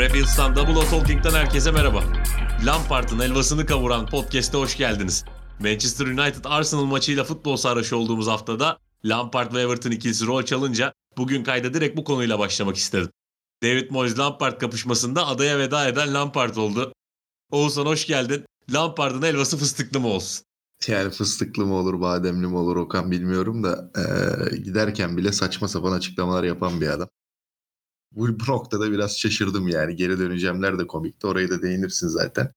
Refils'tan Double O Talking'den herkese merhaba. Lampard'ın helvasını kavuran podcast'e hoş geldiniz. Manchester United Arsenal maçıyla futbol sarhoşu olduğumuz haftada Lampard ve Everton ikilisi rol çalınca bugün kayda direkt bu konuyla başlamak istedim. David Moyes-Lampard kapışmasında adaya veda eden Lampard oldu. Oğuzhan hoş geldin. Lampard'ın helvası fıstıklı mı olsun? Yani fıstıklı mı olur, bademli mi olur Okan bilmiyorum da giderken bile saçma sapan açıklamalar yapan bir adam. Bu noktada biraz şaşırdım yani. Geri döneceğimler de komikti. Orayı da değinirsin zaten.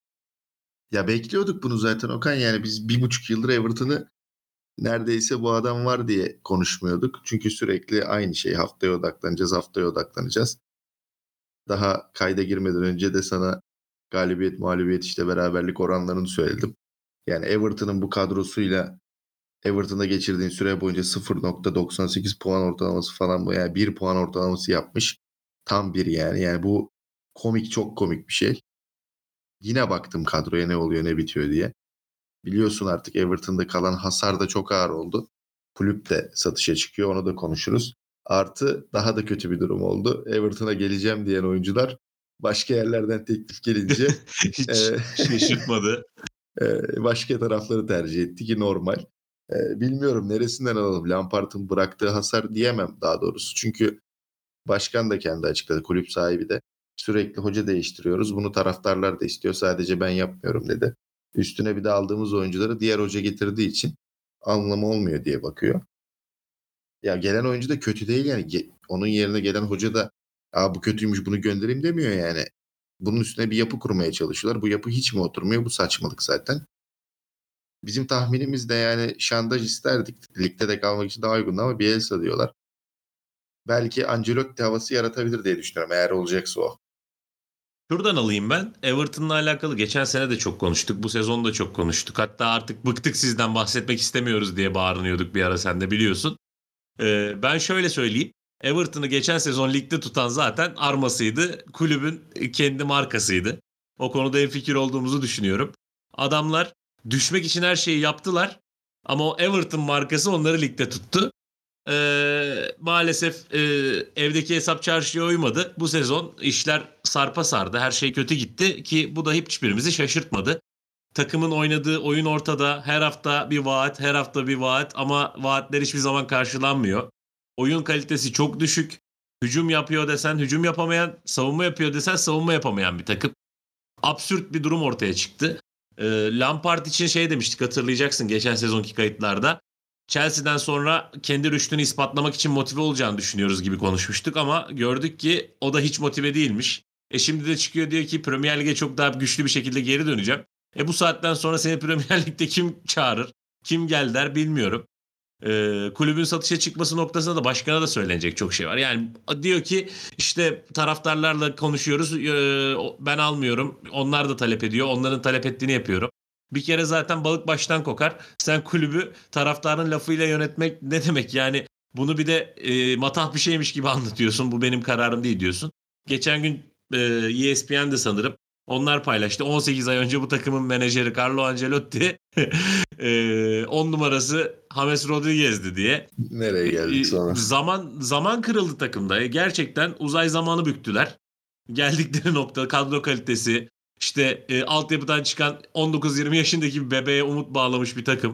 Ya bekliyorduk bunu zaten Okan. Yani biz 1,5 yıldır Everton'ı neredeyse bu adam var diye konuşmuyorduk. Çünkü sürekli aynı şey. Haftaya odaklanacağız, haftaya odaklanacağız. Daha kayda girmeden önce de sana galibiyet, mağlubiyet işte beraberlik oranlarını söyledim. Yani Everton'ın bu kadrosuyla Everton'da geçirdiğin süre boyunca 0,98 puan ortalaması falan bu. Yani 1 puan ortalaması yapmış. Tam bir yani. Yani bu komik, çok komik bir şey. Yine baktım kadroya ne oluyor ne bitiyor diye. Biliyorsun artık Everton'da kalan hasar da çok ağır oldu. Kulüp de satışa çıkıyor, onu da konuşuruz. Artı daha da kötü bir durum oldu. Everton'a geleceğim diyen oyuncular başka yerlerden teklif gelince Hiç şaşırtmadı. başka tarafları tercih etti ki normal. Bilmiyorum neresinden alalım. Lampard'ın bıraktığı hasar diyemem daha doğrusu. Çünkü başkan da kendi açıkladı. Kulüp sahibi de sürekli hoca değiştiriyoruz. Bunu taraftarlar da istiyor. Sadece ben yapmıyorum dedi. Üstüne bir de aldığımız oyuncuları diğer hoca getirdiği için anlamı olmuyor diye bakıyor. Ya gelen oyuncu da kötü değil yani. Onun yerine gelen hoca da bu kötüymüş bunu göndereyim demiyor yani. Bunun üstüne bir yapı kurmaya çalışıyorlar. Bu yapı hiç mi oturmuyor? Bu saçmalık zaten. Bizim tahminimiz de yani şantaj isterdik. Ligde de kalmak için daha uygun ama Bielsa diyorlar. Belki Ancelotti havası yaratabilir diye düşünüyorum eğer olacaksa o. Şuradan alayım ben. Everton'la alakalı geçen sene de çok konuştuk. Bu sezon da çok konuştuk. Hatta artık bıktık sizden bahsetmek istemiyoruz diye bağırıyorduk bir ara, sen de biliyorsun. Ben şöyle söyleyeyim. Everton'ı geçen sezon ligde tutan zaten armasıydı. Kulübün kendi markasıydı. O konuda hemfikir olduğumuzu düşünüyorum. Adamlar düşmek için her şeyi yaptılar. Ama o Everton markası onları ligde tuttu. Maalesef evdeki hesap çarşıya uymadı. Bu sezon işler sarpa sardı. Her şey kötü gitti ki bu da hiçbirimizi şaşırtmadı. Takımın oynadığı oyun ortada. Her hafta bir vaat, her hafta bir vaat ama vaatler hiçbir zaman karşılanmıyor. Oyun kalitesi çok düşük. Hücum yapıyor desen hücum yapamayan, savunma yapıyor desen savunma yapamayan bir takım. Absürt bir durum ortaya çıktı. Lampard için şey demiştik, hatırlayacaksın geçen sezonki kayıtlarda. Chelsea'den sonra kendi rüştünü ispatlamak için motive olacağını düşünüyoruz gibi konuşmuştuk ama gördük ki o da hiç motive değilmiş. Şimdi de çıkıyor diyor ki Premier Lig'e çok daha güçlü bir şekilde geri döneceğim. Bu saatten sonra seni Premier Lig'de kim çağırır, kim gel der bilmiyorum. Kulübün satışa çıkması noktasında da başkana da söylenecek çok şey var. Yani diyor ki işte taraftarlarla konuşuyoruz, ben almıyorum, onlar da talep ediyor, onların talep ettiğini yapıyorum. Bir kere zaten balık baştan kokar. Sen kulübü taraftarın lafıyla yönetmek ne demek yani, bunu bir de matah bir şeymiş gibi anlatıyorsun, bu benim kararım değil diyorsun. Geçen gün ESPN'de sanırım onlar paylaştı. 18 ay önce bu takımın menajeri Carlo Ancelotti 10 numarası James Rodriguez'di diye. Nereye geldik sonra? Zaman kırıldı takımda. Gerçekten uzay zamanı büktüler. Geldikleri nokta, kadro kalitesi, işte altyapıdan çıkan 19-20 yaşındaki bir bebeğe umut bağlamış bir takım.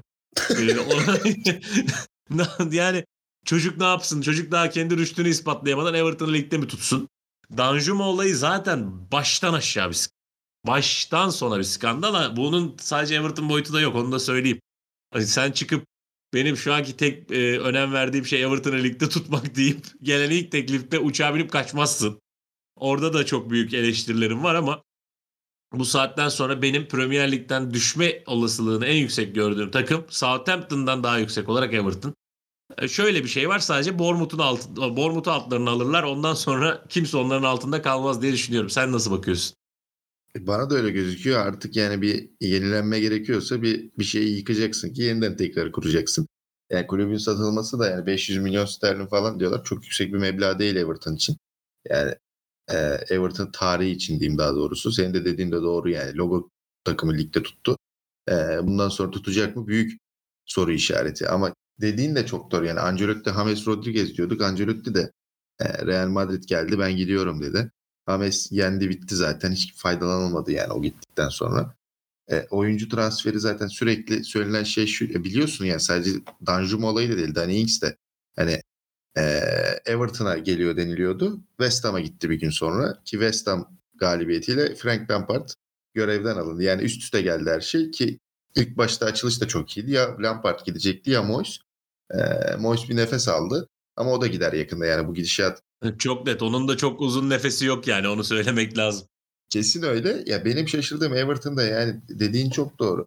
Yani çocuk ne yapsın? Çocuk daha kendi rüştünü ispatlayamadan Everton'ı ligde mi tutsun? Danjuma olayı zaten baştan aşağı bir skandal. Baştan sona bir skandal. Bunun sadece Everton boyutu da yok, onu da söyleyeyim. Sen çıkıp benim şu anki tek önem verdiğim şey Everton'ı ligde tutmak deyip gelen ilk teklifte uçağa binip kaçmazsın. Orada da çok büyük eleştirilerim var ama bu saatten sonra benim Premier Lig'den düşme olasılığını en yüksek gördüğüm takım Southampton'dan daha yüksek olarak Everton. Şöyle bir şey var, sadece Bournemouth'u altlarına alırlar. Ondan sonra kimse onların altında kalmaz diye düşünüyorum. Sen nasıl bakıyorsun? Bana da öyle gözüküyor. Artık yani bir yenilenme gerekiyorsa bir şeyi yıkacaksın ki yeniden tekrar kuracaksın. Yani kulübün satılması da yani 500 milyon sterlin falan diyorlar. Çok yüksek bir meblağ değil Everton için. Yani Everton tarihi için diyeyim daha doğrusu. Senin de dediğin de doğru yani. Logo takımı ligde tuttu. Bundan sonra tutacak mı? Büyük soru işareti. Ama dediğin de çok doğru. Yani Ancelotti, James Rodriguez diyorduk. Ancelotti de Real Madrid geldi ben gidiyorum dedi. James yendi bitti zaten. Hiç faydalanılmadı yani o gittikten sonra. Oyuncu transferi zaten sürekli söylenen şey şu. Biliyorsun yani sadece Danjuma olayı da değil. Danny Ings de hani e, Everton'a geliyor deniliyordu. West Ham'a gitti bir gün sonra. Ki West Ham galibiyetiyle Frank Lampard görevden alındı. Yani üst üste geldi her şey ki ilk başta açılış da çok iyiydi. Ya Lampard gidecekti ya Moyes. Moyes bir nefes aldı. Ama o da gider yakında yani bu gidişat. Çok net. Onun da çok uzun nefesi yok yani, onu söylemek lazım. Kesin öyle. Ya benim şaşırdığım Everton'da yani dediğin çok doğru.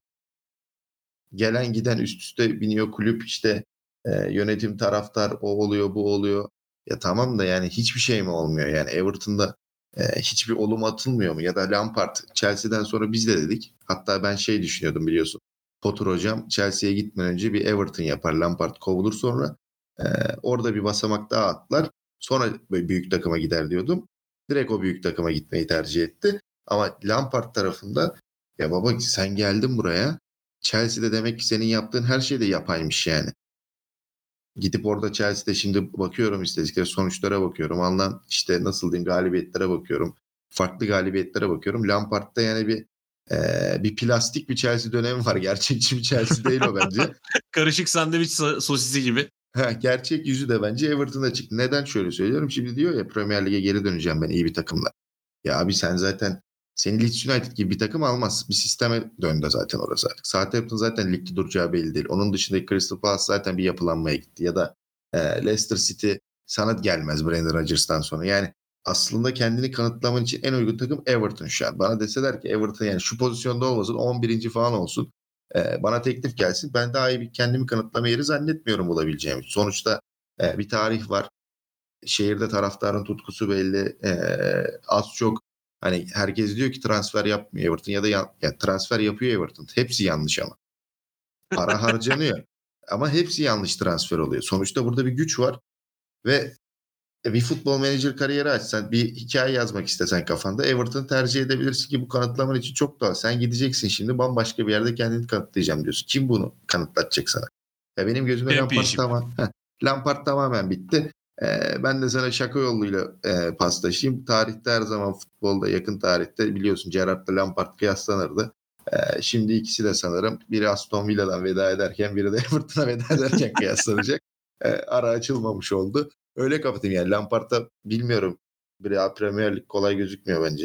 Gelen giden üst üste biniyor kulüp işte yönetim taraftar o oluyor bu oluyor. Ya tamam da yani hiçbir şey mi olmuyor yani Everton'da hiçbir olum atılmıyor mu? Ya da Lampard Chelsea'den sonra biz de dedik. Hatta ben şey düşünüyordum biliyorsun. Potter hocam Chelsea'ye gitmeden önce bir Everton yapar. Lampard kovulur sonra. E, Orada bir basamak daha atlar. Sonra böyle büyük takıma gider diyordum. Direkt o büyük takıma gitmeyi tercih etti. Ama Lampard tarafında ya baba sen geldin buraya. Chelsea'de demek ki senin yaptığın her şey de yapaymış yani. Gidip orada Chelsea'de şimdi bakıyorum istedikleri sonuçlara bakıyorum. Alınan işte nasıl diyeyim galibiyetlere bakıyorum. Farklı galibiyetlere bakıyorum. Lampard'da yani bir plastik bir Chelsea dönemi var. Gerçekçi bir Chelsea değil o bence. Karışık sandviç sosisi gibi. Gerçek yüzü de bence Everton'da çıktı. Neden şöyle söylüyorum? Şimdi diyor ya Premier Lig'e geri döneceğim ben iyi bir takımla. Ya abi sen zaten seni Leeds United gibi bir takım almaz. Bir sisteme döndü zaten orası artık. Southampton zaten ligde duracağı belli değil. Onun dışındaki Crystal Palace zaten bir yapılanmaya gitti. Ya da Leicester City sana gelmez Brendan Rodgers'tan sonra. Yani aslında kendini kanıtlaman için en uygun takım Everton şu an. Bana deseler ki Everton yani şu pozisyonda olmasın 11. falan olsun. Bana teklif gelsin. Ben daha iyi bir kendimi kanıtlama yeri zannetmiyorum bulabileceğim. Sonuçta bir tarih var. Şehirde taraftarın tutkusu belli. Az çok hani herkes diyor ki transfer yapmıyor Everton ya da ya transfer yapıyor Everton. Hepsi yanlış ama. Para harcanıyor. Ama hepsi yanlış transfer oluyor. Sonuçta burada bir güç var ve bir futbol menajer kariyeri açsan, bir hikaye yazmak istesen kafanda Everton tercih edebilirsin ki bu kanıtlaman için çok doğal. Sen gideceksin şimdi bambaşka bir yerde kendini kanıtlayacağım diyorsun. Kim bunu kanıtlatacak sana? Ya benim gözümde Championship. Lampard tamamen bitti. Ben de sana şaka yoluyla paslaşayım. Tarihte her zaman futbolda yakın tarihte biliyorsun Gerrard'la Lampard kıyaslanırdı. Şimdi ikisi de sanırım biri Aston Villa'dan veda ederken biri de Everton'a veda ederken kıyaslanacak. Ara açılmamış oldu. Öyle kapatayım yani. Lampard'da bilmiyorum. Bir daha Premier Lig kolay gözükmüyor bence.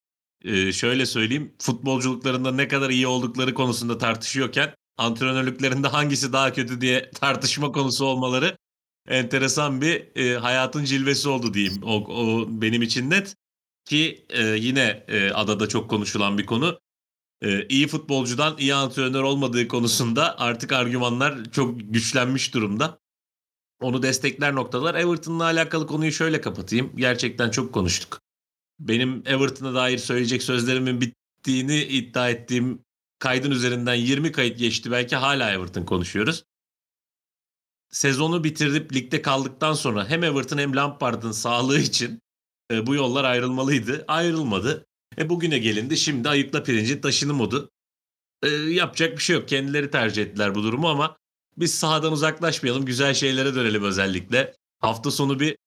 Şöyle söyleyeyim, futbolculuklarında ne kadar iyi oldukları konusunda tartışıyorken antrenörlüklerinde hangisi daha kötü diye tartışma konusu olmaları enteresan bir hayatın cilvesi oldu diyeyim. O benim için net ki yine adada çok konuşulan bir konu. İyi futbolcudan iyi antrenör olmadığı konusunda artık argümanlar çok güçlenmiş durumda. Onu destekler noktalar. Everton'la alakalı konuyu şöyle kapatayım. Gerçekten çok konuştuk. Benim Everton'a dair söyleyecek sözlerimin bittiğini iddia ettiğim kaydın üzerinden 20 kayıt geçti. Belki hala Everton konuşuyoruz. Sezonu bitirip ligde kaldıktan sonra hem Everton hem Lampard'ın sağlığı için bu yollar ayrılmalıydı. Ayrılmadı. Bugüne gelindi. Şimdi ayıkla pirincin taşını modu. Yapacak bir şey yok. Kendileri tercih ettiler bu durumu ama biz sahadan uzaklaşmayalım. Güzel şeylere dönelim özellikle. Hafta sonu bir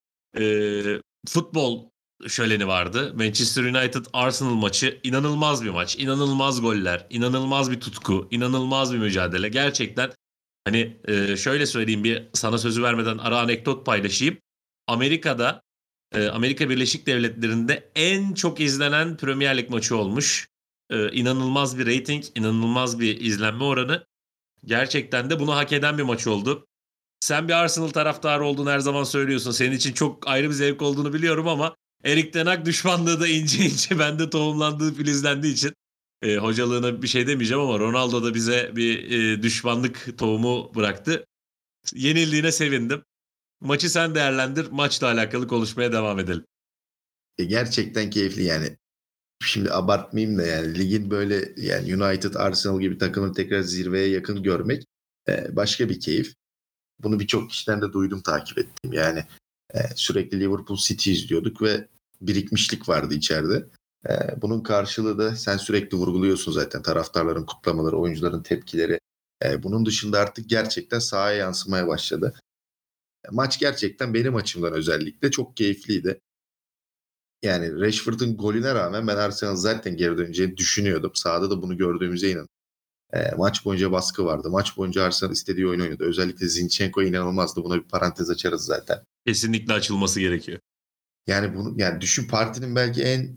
futbol şöleni vardı. Manchester United Arsenal maçı inanılmaz bir maç. İnanılmaz goller, inanılmaz bir tutku, inanılmaz bir mücadele. Gerçekten hani şöyle söyleyeyim, bir sana sözü vermeden ara anekdot paylaşayım. Amerika'da Amerika Birleşik Devletleri'nde en çok izlenen Premier Lig maçı olmuş. İnanılmaz bir rating, inanılmaz bir izlenme oranı. Gerçekten de bunu hak eden bir maç oldu. Sen bir Arsenal taraftarı olduğunu her zaman söylüyorsun. Senin için çok ayrı bir zevk olduğunu biliyorum ama Erik ten Hag düşmanlığı da ince ince bende tohumlandığı, filizlendiği için hocalığına bir şey demeyeceğim ama Ronaldo da bize bir düşmanlık tohumu bıraktı. Yenildiğine sevindim. Maçı sen değerlendir. Maçla alakalı konuşmaya devam edelim. Gerçekten keyifli yani. Şimdi abartmayayım da yani ligin böyle yani United, Arsenal gibi takımın tekrar zirveye yakın görmek başka bir keyif. Bunu birçok kişiden de duydum, takip ettim. Yani sürekli Liverpool City izliyorduk ve birikmişlik vardı içeride. Bunun karşılığı da sen sürekli vurguluyorsun zaten taraftarların kutlamaları, oyuncuların tepkileri. Bunun dışında artık gerçekten sahaya yansımaya başladı. Maç gerçekten benim açımdan özellikle çok keyifliydi. Yani Rashford'un golüne rağmen ben Arsenal zaten geri döneceğini düşünüyordum. Sahada da bunu gördüğümüze inanıyorum. Maç boyunca baskı vardı. Maç boyunca Arsenal istediği oyunu oynadı. Özellikle Zinchenko inanılmazdı. Buna bir parantez açarız zaten. Kesinlikle açılması gerekiyor. Yani bunu yani düşün, partinin belki en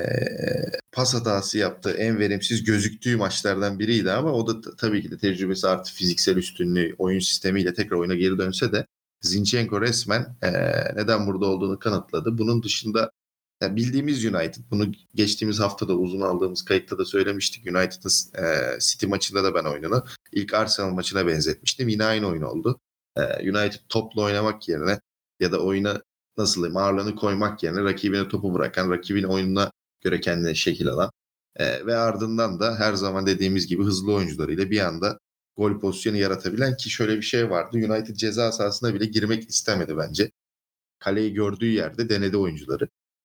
pas hatası yaptığı, en verimsiz gözüktüğü maçlardan biriydi ama o da tabii ki de tecrübesi artı fiziksel üstünlüğü, oyun sistemiyle tekrar oyuna geri dönse de Zinchenko resmen neden burada olduğunu kanıtladı. Bunun dışında bildiğimiz United, bunu geçtiğimiz haftada uzun aldığımız kayıtta da söylemiştik. United'ın City maçında da ben oyununu ilk Arsenal maçına benzetmiştim. Yine aynı oyun oldu. United topla oynamak yerine ya da oyuna nasıl diyeyim, ağırlığını koymak yerine rakibine topu bırakan, rakibin oyununa göre kendine şekil alan ve ardından da her zaman dediğimiz gibi hızlı oyuncularıyla bir anda gol pozisyonu yaratabilen, ki şöyle bir şey vardı. United ceza sahasına bile girmek istemedi bence. Kaleyi gördüğü yerde denedi oyuncuları.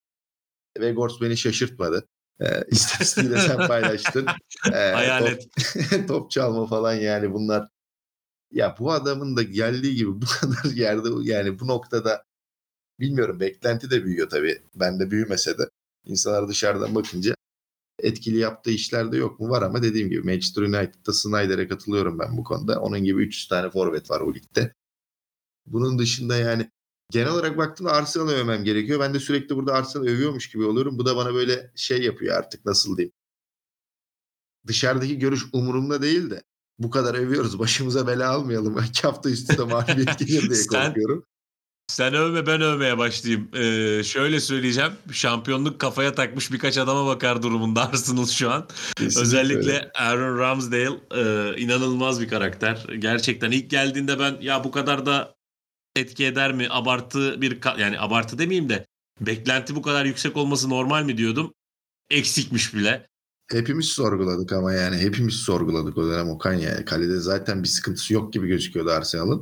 Ve Gors beni şaşırtmadı. İstatistiği de sen paylaştın. Hayalet. Top çalma falan, yani bunlar. Ya bu adamın da geldiği gibi bu kadar yerde, yani bu noktada bilmiyorum, beklenti de büyüyor tabii. Ben de büyümese de insanlar dışarıdan bakınca etkili yaptığı işler de yok mu? Var, ama dediğim gibi Manchester United'da Snyder'e katılıyorum ben bu konuda. Onun gibi 300 tane forvet var o ligde. Bunun dışında yani genel olarak baktığımda Arsenal'ı övmem gerekiyor. Ben de sürekli burada Arsenal'ı övüyormuş gibi oluyorum. Bu da bana böyle şey yapıyor artık, nasıl diyeyim. Dışarıdaki görüş umurumda değil de bu kadar övüyoruz, başımıza bela almayalım. 2 hafta üst üste mağlubiyet gelir diye Sen korkuyorum. Sen övme, ben övmeye başlayayım. Şöyle söyleyeceğim. Şampiyonluk kafaya takmış birkaç adama bakar durumunda Arsenal şu an. Kesinlikle öyle. Özellikle Aaron Ramsdale inanılmaz bir karakter. Gerçekten ilk geldiğinde ben ya bu kadar da etki eder mi? Abartı yani abartı demeyeyim de beklenti bu kadar yüksek olması normal mi diyordum. Eksikmiş bile. Hepimiz sorguladık ama yani hepimiz sorguladık o dönem Okan yani. Kalede zaten bir sıkıntısı yok gibi gözüküyordu Arsenal'ın.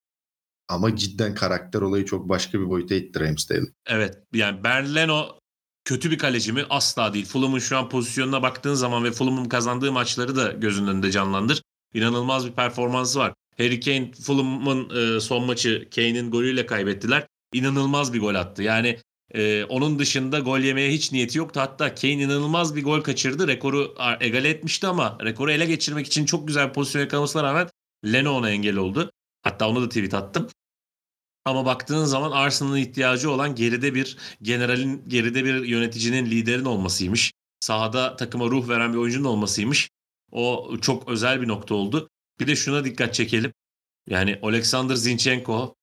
Ama cidden karakter olayı çok başka bir boyuta itti Ramsdale. Evet, yani Bernd Leno kötü bir kaleci mi? Asla değil. Fulham'ın şu an pozisyonuna baktığın zaman ve Fulham'ın kazandığı maçları da gözünün önünde canlandır. İnanılmaz bir performansı var. Harry Kane, Fulham'ın son maçı Kane'in golüyle kaybettiler. İnanılmaz bir gol attı. Yani onun dışında gol yemeye hiç niyeti yoktu. Hatta Kane inanılmaz bir gol kaçırdı. Rekoru egale etmişti ama rekoru ele geçirmek için çok güzel bir pozisyon yakalamasına rağmen Leno ona engel oldu. Hatta onu da tweet attım. Ama baktığın zaman Arsenal'ın ihtiyacı olan geride bir generalin, geride bir yöneticinin, liderin olmasıymış. Sahada takıma ruh veren bir oyuncunun olmasıymış. O çok özel bir nokta oldu. Bir de şuna dikkat çekelim. Yani Oleksandr Zinchenko,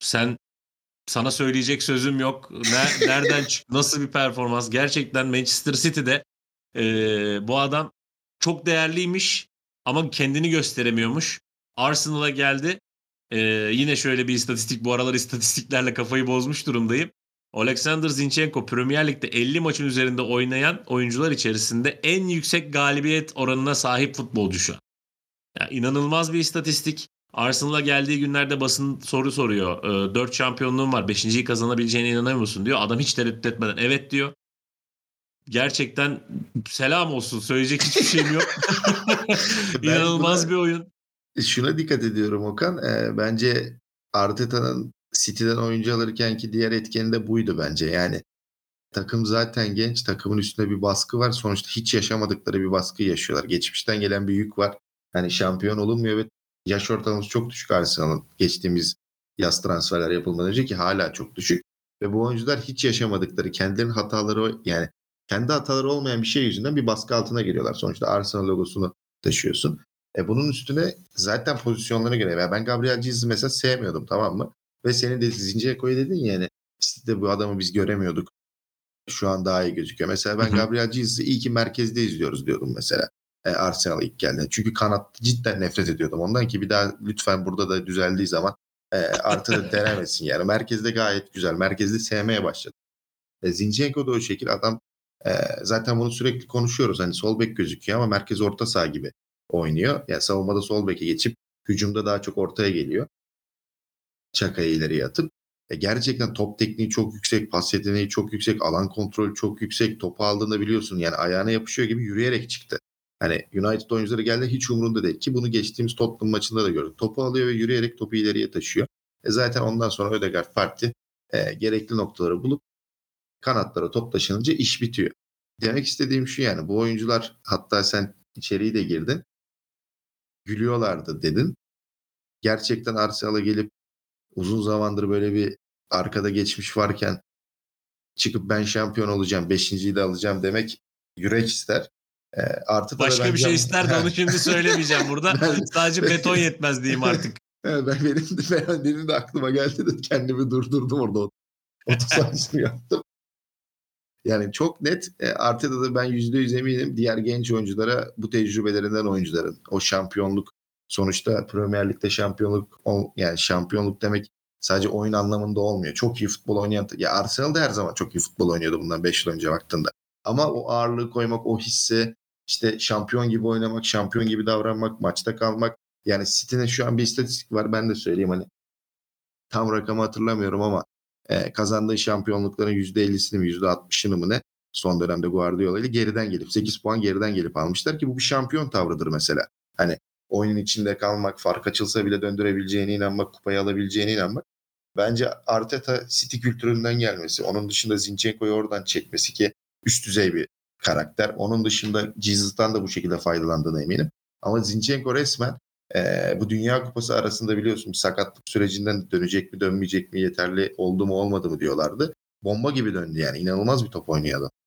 sana söyleyecek sözüm yok. Nereden çıktı? Nasıl bir performans? Gerçekten Manchester City'de bu adam çok değerliymiş ama kendini gösteremiyormuş. Arsenal'a geldi. Yine şöyle bir istatistik, bu aralar istatistiklerle kafayı bozmuş durumdayım. Alexander Zinchenko Premier Lig'de 50 maçın üzerinde oynayan oyuncular içerisinde en yüksek galibiyet oranına sahip futbolcu şu an. Yani inanılmaz bir istatistik. Arsenal'a geldiği günlerde basın soru soruyor. 4 şampiyonluğum var. 5.'yi kazanabileceğine inanıyor musun diyor. Adam hiç tereddüt etmeden evet diyor. Gerçekten selam olsun. Söyleyecek hiçbir şeyim yok. Ben İnanılmaz bir oyun. şuna dikkat ediyorum Okan. Bence Arteta'nın City'den oyuncu alırken ki diğer etkeni de buydu bence. Yani takım zaten genç. Takımın üstünde bir baskı var. Sonuçta hiç yaşamadıkları bir baskı yaşıyorlar. Geçmişten gelen bir yük var. Hani şampiyon olunmuyor ve yaş ortalaması çok düşük Arsenal'ın. Geçtiğimiz yaz transferler yapılmadan önce ki hala çok düşük. Ve bu oyuncular hiç yaşamadıkları, kendilerinin hataları, yani kendi hataları olmayan bir şey yüzünden bir baskı altına geliyorlar. Sonuçta Arsenal logosunu taşıyorsun. Bunun üstüne zaten pozisyonlarına göre. Ben Gabriel Jesus'ı mesela sevmiyordum, tamam mı? Ve senin de Zinchenko'yu dedin ya, yani işte bu adamı biz göremiyorduk. Şu an daha iyi gözüküyor. Mesela ben Gabriel Jesus'ı iyi ki merkezde izliyoruz diyordum mesela. Arsenal ilk geldi. Çünkü kanat cidden nefret ediyordum ondan, ki bir daha lütfen burada da düzeldiği zaman artı da denemesin yani. Merkezde gayet güzel. Merkezde sevmeye başladım. Zinchenko da o şekil adam, zaten bunu sürekli konuşuyoruz. Hani sol bek gözüküyor ama merkez orta saha gibi oynuyor. Yani savunmada sol beke geçip hücumda daha çok ortaya geliyor. Çakayı ileriye atıp gerçekten top tekniği çok yüksek, pas yeteneği çok yüksek, alan kontrolü çok yüksek. Topu aldığında biliyorsun yani ayağına yapışıyor gibi yürüyerek çıktı. Hani United oyuncuları geldi, hiç umurunda değil ki bunu geçtiğimiz Tottenham maçında da gördük. Topu alıyor ve yürüyerek topu ileriye taşıyor. Zaten ondan sonra Ødegaard farklı gerekli noktaları bulup Kanatlara top taşınınca iş bitiyor. Demek istediğim şu, yani bu oyuncular, hatta sen içeriği de girdin, gülüyorlardı dedin. Gerçekten Arsenal'a gelip uzun zamandır böyle bir arkada geçmiş varken çıkıp ben şampiyon olacağım, beşinciyi de alacağım demek yürek ister. Artıda da Başka bir bence şey ister de onu şimdi söylemeyeceğim burada. ben, Sadece beton yetmez diyeyim artık. benim de aklıma geldi de kendimi durdurdum orada. Otosansür yaptım. Yani çok net, Arteta'da da ben %100 eminim diğer genç oyunculara bu tecrübelerinden oyuncuların o şampiyonluk, sonuçta Premier Lig'de şampiyonluk, yani şampiyonluk demek sadece oyun anlamında olmuyor. Çok iyi futbol oynayan, ya Arsenal'da her zaman çok iyi futbol oynuyordu bundan 5 yıl önce baktığında. Ama o ağırlığı koymak, o hisse, işte şampiyon gibi oynamak, şampiyon gibi davranmak, maçta kalmak. Yani City'nin şu an bir istatistik var, ben de söyleyeyim, hani tam rakamı hatırlamıyorum ama kazandığı şampiyonlukların %50'sini mi %60'ını mı ne son dönemde Guardiola ile geriden gelip 8 puan geriden gelip almışlar ki bu bir şampiyon tavrıdır mesela. Hani oyunun içinde kalmak, fark açılsa bile döndürebileceğine inanmak, kupayı alabileceğine inanmak. Bence Arteta City kültüründen gelmesi, onun dışında Zinchenko'yu oradan çekmesi ki üst düzey bir karakter. Onun dışında Jesus'tan da bu şekilde faydalandığına eminim. Ama Zinchenko resmen bu Dünya Kupası arasında biliyorsun bir sakatlık sürecinden dönecek mi dönmeyecek mi, yeterli oldu mu olmadı mı diyorlardı. Bomba gibi döndü yani. İnanılmaz bir top oynuyor adam.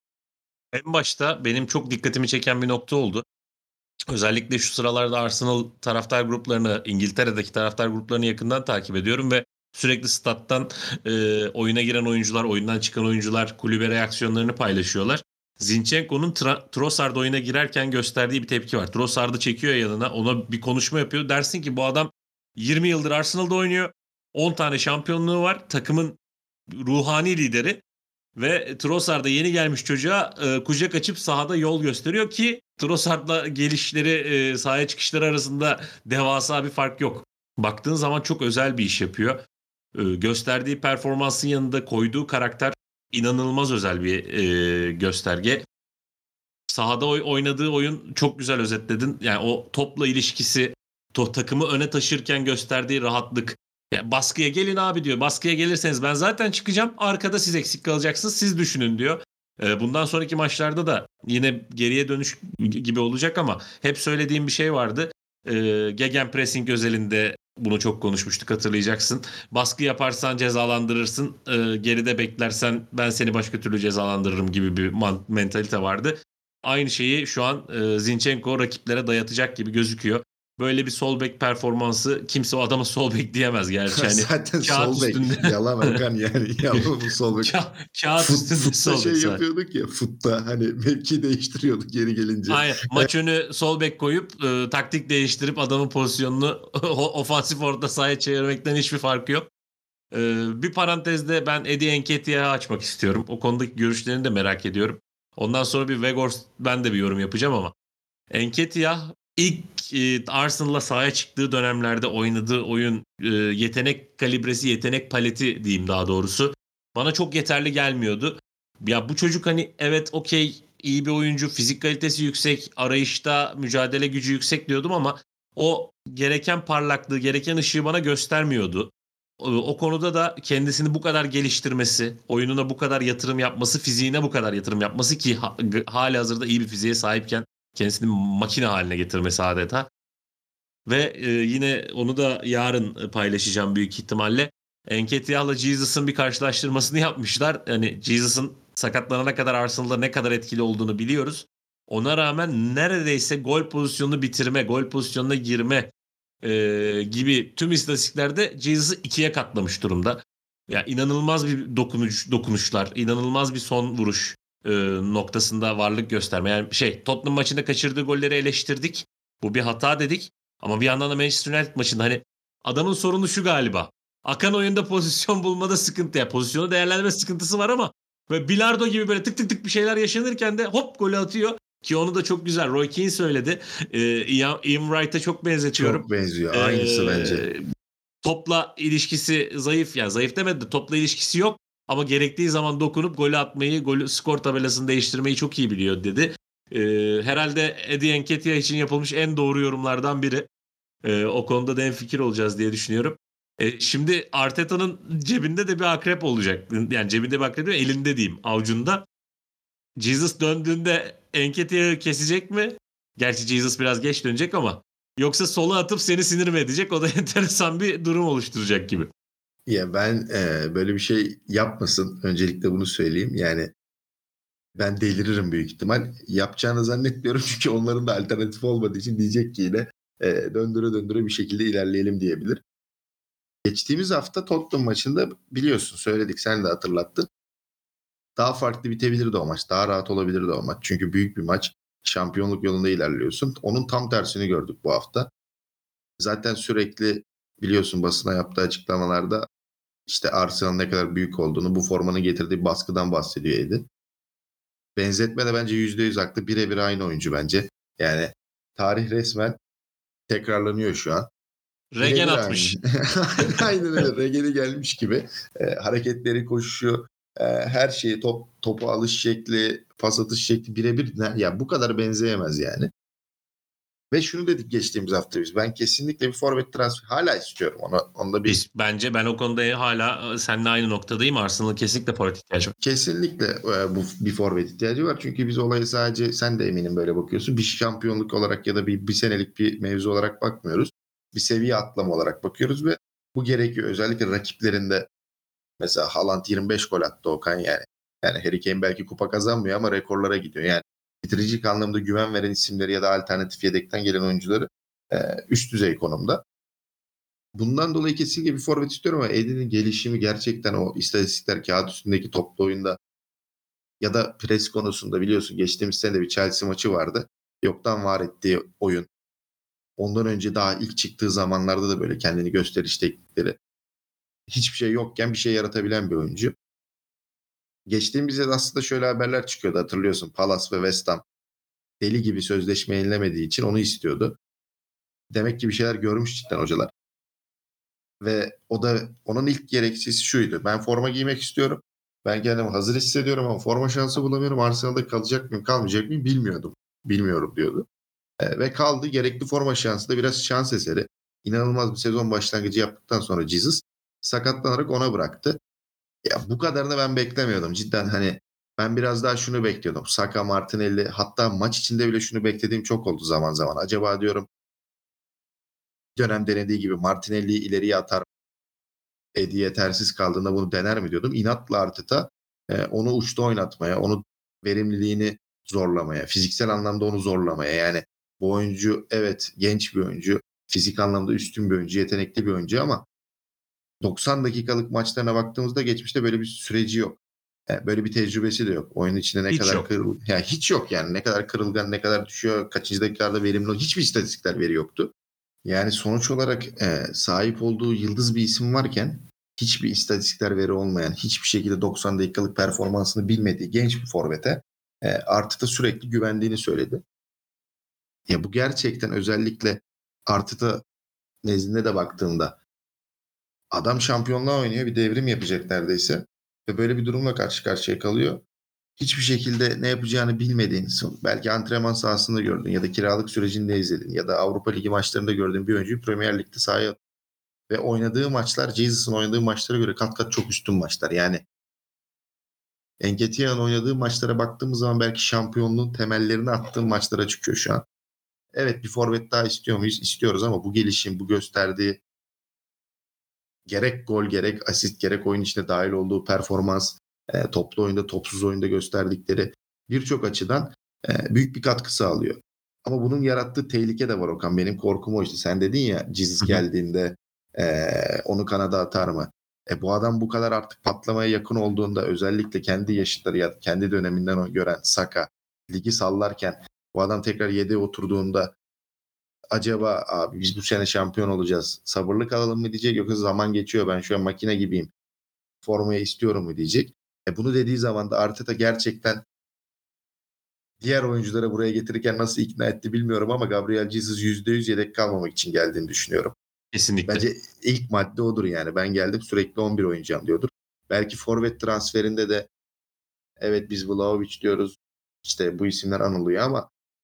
En başta benim çok dikkatimi çeken bir nokta oldu. Özellikle şu sıralarda Arsenal taraftar gruplarını, İngiltere'deki taraftar gruplarını yakından takip ediyorum ve sürekli stat'tan oyuna giren oyuncular, oyundan çıkan oyuncular kulübe reaksiyonlarını paylaşıyorlar. Zinchenko'nun Trossard oyuna girerken gösterdiği bir tepki var. Trossard'ı çekiyor yanına, ona bir konuşma yapıyor. Dersin ki bu adam 20 yıldır Arsenal'da oynuyor. 10 tane şampiyonluğu var. Takımın ruhani lideri. Ve Trossard da yeni gelmiş çocuğa kucak açıp sahada yol gösteriyor ki Trossard'la gelişleri, sahaya çıkışları arasında devasa bir fark yok. Baktığın zaman çok özel bir iş yapıyor. Gösterdiği performansın yanında koyduğu karakter inanılmaz özel bir gösterge. Sahada oynadığı oyun çok güzel özetledin. Yani o topla ilişkisi, takımı öne taşırken gösterdiği rahatlık. Ya baskıya gelin abi diyor. Baskıya gelirseniz ben zaten çıkacağım. Arkada siz eksik kalacaksınız. Siz düşünün diyor. Bundan sonraki maçlarda da yine geriye dönüş gibi olacak ama hep söylediğim bir şey vardı. Gegenpressing özelinde bunu çok konuşmuştuk, hatırlayacaksın. Baskı yaparsan cezalandırırsın. Geride beklersen ben seni başka türlü cezalandırırım gibi bir mentalite vardı. Aynı şeyi şu an Zinchenko rakiplere dayatacak gibi gözüküyor. Böyle bir sol bek performansı, kimse o adama sol bek diyemez gerçi. Hani Zaten kağıt sol bek. üstünde. Yalan Okan yani. Yalan bu sol bek. Kağıt üstünde Futta sol bek. yapıyorduk ya, futta hani mevki değiştiriyorduk geri gelince. Aynen. Maç önü sol bek koyup taktik değiştirip adamın pozisyonunu ofansif orta sahaya çevirmekten hiçbir farkı yok. Bir parantezde ben Eddie Nketiah'ı açmak istiyorum. O konudaki görüşlerini de merak ediyorum. Ondan sonra bir Weghorst, ben de bir yorum yapacağım ama Nketiah ilk Arsenal'la sahaya çıktığı dönemlerde oynadığı oyun, yetenek kalibresi, yetenek paleti diyeyim daha doğrusu, bana çok yeterli gelmiyordu. Ya bu çocuk hani evet okey, iyi bir oyuncu, fizik kalitesi yüksek, arayışta mücadele gücü yüksek diyordum ama o gereken parlaklığı, gereken ışığı bana göstermiyordu. O konuda da kendisini bu kadar geliştirmesi, oyununa bu kadar yatırım yapması, fiziğine bu kadar yatırım yapması ki hali hazırda iyi bir fiziğe sahipken kendisini makine haline getirmesi adeta. Ve yine onu da yarın paylaşacağım büyük ihtimalle. Nketiah'la Jesus'ın bir karşılaştırmasını yapmışlar. Hani Jesus'ın sakatlanana kadar Arsenal'da ne kadar etkili olduğunu biliyoruz. Ona rağmen neredeyse gol pozisyonunu bitirme, gol pozisyonuna girme gibi tüm istatistiklerde Jesus'ı ikiye katlamış durumda. Ya inanılmaz bir dokunuşlar, inanılmaz bir son vuruş noktasında varlık gösterme. Yani Tottenham maçında kaçırdığı golleri eleştirdik. Bu bir hata dedik. Ama bir yandan da Manchester United maçında hani adamın sorunu şu galiba. Akan oyunda pozisyon bulmada sıkıntı ya. Pozisyonu değerlendirme sıkıntısı var ama böyle bilardo gibi böyle tık tık tık bir şeyler yaşanırken de hop golü atıyor. Ki onu da çok güzel Roy Keane söyledi. Ian Wright'a çok benzetiyorum. Çok benziyor. Aynısı bence. Topla ilişkisi zayıf, yani zayıf demedi de topla ilişkisi yok. Ama gerektiği zaman dokunup golü atmayı, skor tabelasını değiştirmeyi çok iyi biliyor dedi. Herhalde Eddie Nketiah için yapılmış en doğru yorumlardan biri. O konuda da hemfikir olacağız diye düşünüyorum. Şimdi Arteta'nın cebinde de bir akrep olacak. Yani cebinde bir akrep değil, elinde diyeyim, avucunda. Jesus döndüğünde Nketiah'ı kesecek mi? Gerçi Jesus biraz geç dönecek ama. Yoksa sola atıp seni sinir mi edecek? O da enteresan bir durum oluşturacak gibi. Ya ben böyle bir şey yapmasın. Öncelikle bunu söyleyeyim. Yani ben deliririm büyük ihtimal. Yapacağını zannetmiyorum çünkü onların da alternatif olmadığı için diyecek ki yine döndüre döndüre bir şekilde ilerleyelim diyebilir. Geçtiğimiz hafta Tottenham maçında biliyorsun söyledik, sen de hatırlattın. Daha farklı bitebilirdi o maç. Daha rahat olabilirdi o maç. Çünkü büyük bir maç. Şampiyonluk yolunda ilerliyorsun. Onun tam tersini gördük bu hafta. Zaten sürekli biliyorsun basına yaptığı açıklamalarda işte Arsenal'ın ne kadar büyük olduğunu, bu formanın getirdiği baskıdan bahsediyor Edin. Benzetme de bence %100 haklı. Birebir aynı oyuncu bence. Yani tarih resmen tekrarlanıyor şu an. Regen Birebir aynı. atmış. Aynen öyle. Regeli gelmiş gibi. Hareketleri, koşuşu, her şeyi, topu alış şekli, pas atış şekli birebir. Ya bu kadar benzeyemez yani. Ve şunu dedik geçtiğimiz hafta biz. Ben kesinlikle bir forvet transferi hala istiyorum. Onda bir Bence ben o konuda hala seninle aynı noktadayım. Arsenal'ın kesinlikle forvet ihtiyacı var. kesinlikle bu bir forvet ihtiyacı var. Çünkü biz olaya sadece, sen de eminim böyle bakıyorsun, bir şampiyonluk olarak ya da bir senelik bir mevzu olarak bakmıyoruz. Bir seviye atlama olarak bakıyoruz ve bu gerekiyor. Özellikle rakiplerinde mesela Haaland 25 gol attı Okan yani. Yani Harry Kane belki kupa kazanmıyor ama rekorlara gidiyor. Yani bitiricilik anlamda güven veren isimleri ya da alternatif yedekten gelen oyuncuları üst düzey konumda. Bundan dolayı kesinlikle bir forvet istiyorum ama Eddie'nin gelişimi gerçekten o istatistikler, kağıt üstündeki toplu oyunda ya da pres konusunda biliyorsun geçtiğimiz sene de bir Chelsea maçı vardı. Yoktan var ettiği oyun. Ondan önce daha ilk çıktığı zamanlarda da böyle kendini gösteriş teknikleri. Hiçbir şey yokken bir şey yaratabilen bir oyuncu. Geçtiğimiz yıl aslında şöyle haberler çıkıyordu, hatırlıyorsun. Palace ve West Ham deli gibi sözleşme yenilemediği için onu istiyordu. Demek ki bir şeyler görmüş cidden hocalar. Ve o da, onun ilk gerekçesi şuydu. Ben forma giymek istiyorum. Ben kendimi hazır hissediyorum ama forma şansı bulamıyorum. Arsenal'da kalacak mıyım, kalmayacak mıyım bilmiyordum. Bilmiyorum diyordu. Ve kaldı. Gerekli forma şansı da biraz şans eseri. İnanılmaz bir sezon başlangıcı yaptıktan sonra Jesus sakatlanarak ona bıraktı. Ya bu kadarını ben beklemiyordum. Cidden hani ben biraz daha şunu bekliyordum. Saka, Martinelli, hatta maç içinde bile şunu beklediğim çok oldu zaman zaman. Acaba diyorum dönem denediği gibi Martinelli'yi ileriye atar, Eddie yetersiz kaldığında bunu dener mi diyordum. İnatla Arteta onu uçta oynatmaya, onu verimliliğini zorlamaya, fiziksel anlamda onu zorlamaya. Yani bu oyuncu evet genç bir oyuncu, fizik anlamda üstün bir oyuncu, yetenekli bir oyuncu ama 90 dakikalık maçlarına baktığımızda geçmişte böyle bir süreci yok. Yani böyle bir tecrübesi de yok. Oyun içinde ne Hiç kadar yok. yani hiç yok yani, ne kadar kırılgan, ne kadar düşüyor, kaçıncı dakikalarda verimli, hiçbir istatistikler veri yoktu. Yani sonuç olarak sahip olduğu yıldız bir isim varken hiçbir istatistikler veri olmayan, hiçbir şekilde 90 dakikalık performansını bilmediği genç bir forvete Arteta sürekli güvendiğini söyledi. Ya bu gerçekten özellikle Arteta nezdinde de baktığımda adam şampiyonluğa oynuyor, bir devrim yapacak neredeyse ve böyle bir durumla karşı karşıya kalıyor. Hiçbir şekilde ne yapacağını bilmediğin, belki antrenman sahasında gördün ya da kiralık sürecinde izledin ya da Avrupa Ligi maçlarında gördüğün bir oyuncuyu Premier Lig'de sahaya ve oynadığı maçlar Jesus'ın oynadığı maçlara göre kat kat çok üstün maçlar. Yani Nketiah'ın oynadığı maçlara baktığımız zaman belki şampiyonluğun temellerini attığı maçlara çıkıyor şu an. Evet, bir forvet daha istiyor muyuz? İstiyoruz ama bu gelişim, bu gösterdiği gerek gol, gerek asist, gerek oyun içine dahil olduğu performans, toplu oyunda, topsuz oyunda gösterdikleri birçok açıdan büyük bir katkı sağlıyor. Ama bunun yarattığı tehlike de var Okan. Benim korkum o işte. Sen dedin ya Jesus geldiğinde onu kanada atar mı? Bu adam bu kadar artık patlamaya yakın olduğunda, özellikle kendi yaşıtları ya kendi döneminden gören Saka ligi sallarken bu adam tekrar 7'ye oturduğunda acaba abi biz bu sene şampiyon olacağız, sabırlı kalalım mı diyecek, yoksa zaman geçiyor ben şu an makine gibiyim, formayı istiyorum mu diyecek. Bunu dediği zaman da Arteta gerçekten diğer oyuncuları buraya getirirken nasıl ikna etti bilmiyorum ama Gabriel Jesus %100 yedek kalmamak için geldiğini düşünüyorum. Kesinlikle. Bence ilk madde odur yani. Ben geldim sürekli 11 oynayacağım diyordur. Belki forvet transferinde de evet biz Vlahovic diyoruz, işte bu isimler anılıyor ama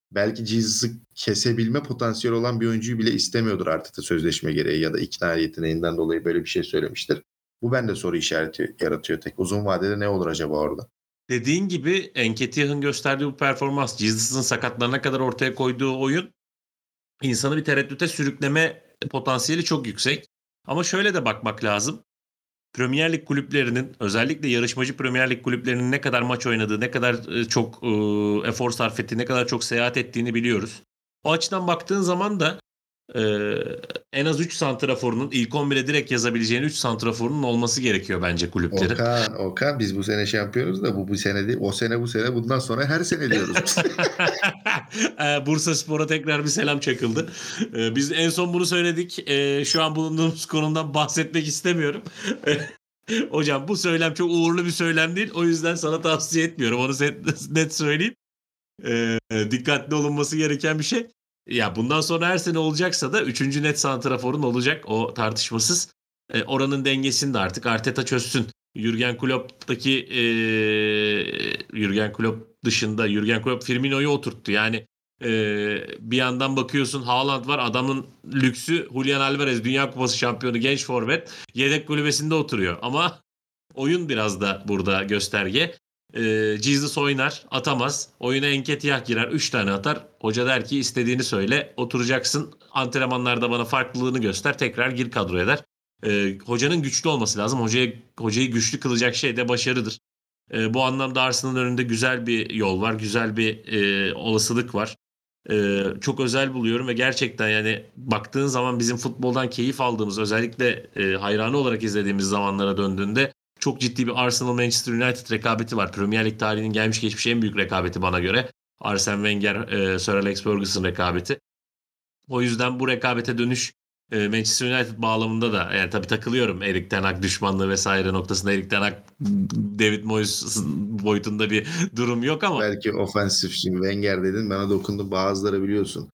belki Jesus'ı kesebilme potansiyeli olan bir oyuncuyu bile istemiyordur Arteta sözleşme gereği ya da ikna yeteneğinden dolayı böyle bir şey söylemiştir. Bu bende soru işareti yaratıyor tek. Uzun vadede ne olur acaba orada? Dediğin gibi Nketiah'ın gösterdiği bu performans, Jesus'ın sakatlarına kadar ortaya koyduğu oyun insanı bir tereddüte sürükleme potansiyeli çok yüksek. Ama şöyle de bakmak lazım. Premier Lig kulüplerinin, özellikle yarışmacı Premier Lig kulüplerinin ne kadar maç oynadığı, ne kadar çok efor sarf ettiği, ne kadar çok seyahat ettiğini biliyoruz. O açıdan baktığın zaman da en az 3 santraforunun, ilk 11'e direkt yazabileceğin 3 santraforunun olması gerekiyor bence kulüplerin. Okan biz bu sene şampiyonuz da bu sene değil. O sene bu sene, bundan sonra her sene diyoruz biz. Bursaspor'a tekrar bir selam çakıldı. Biz en son bunu söyledik. Şu an bulunduğumuz konumdan bahsetmek istemiyorum. Hocam bu söylem çok uğurlu bir söylem değil. O yüzden sana tavsiye etmiyorum. Onu net söyleyeyim. Dikkatli olunması gereken bir şey. Ya bundan sonra her sene olacaksa da 3. net santraforun olacak. O tartışmasız. Oranın dengesini de artık Arteta çözsün. Jürgen Klopp dışında Jürgen Klopp Firmino'yu oturttu. Yani bir yandan bakıyorsun Haaland var. Adamın lüksü Julian Alvarez, Dünya Kupası şampiyonu genç forvet. Yedek kulübesinde oturuyor. Ama oyun biraz da burada gösterge. Jesus oynar, atamaz. Oyuna Nketiah girer, 3 tane atar. Hoca der ki istediğini söyle, oturacaksın. Antrenmanlarda bana farklılığını göster, tekrar gir kadroya der. Hocanın güçlü olması lazım. Hocayı güçlü kılacak şey de başarıdır. Bu anlamda Arsenal'ın önünde güzel bir yol var, güzel bir olasılık var. Çok özel buluyorum ve gerçekten yani baktığın zaman bizim futboldan keyif aldığımız, özellikle hayranı olarak izlediğimiz zamanlara döndüğünde çok ciddi bir Arsenal Manchester United rekabeti var. Premier Lig tarihinin gelmiş geçmiş en büyük rekabeti bana göre. Arsene Wenger, Sir Alex Ferguson rekabeti. O yüzden bu rekabete dönüş Manchester United bağlamında da yani tabii takılıyorum. Erik Ten Hag düşmanlığı vesaire noktasında Erik Ten Hag David Moyes boyutunda bir durum yok ama. Belki ofensif, şimdi Wenger dedin bana dokundu, bazıları biliyorsun.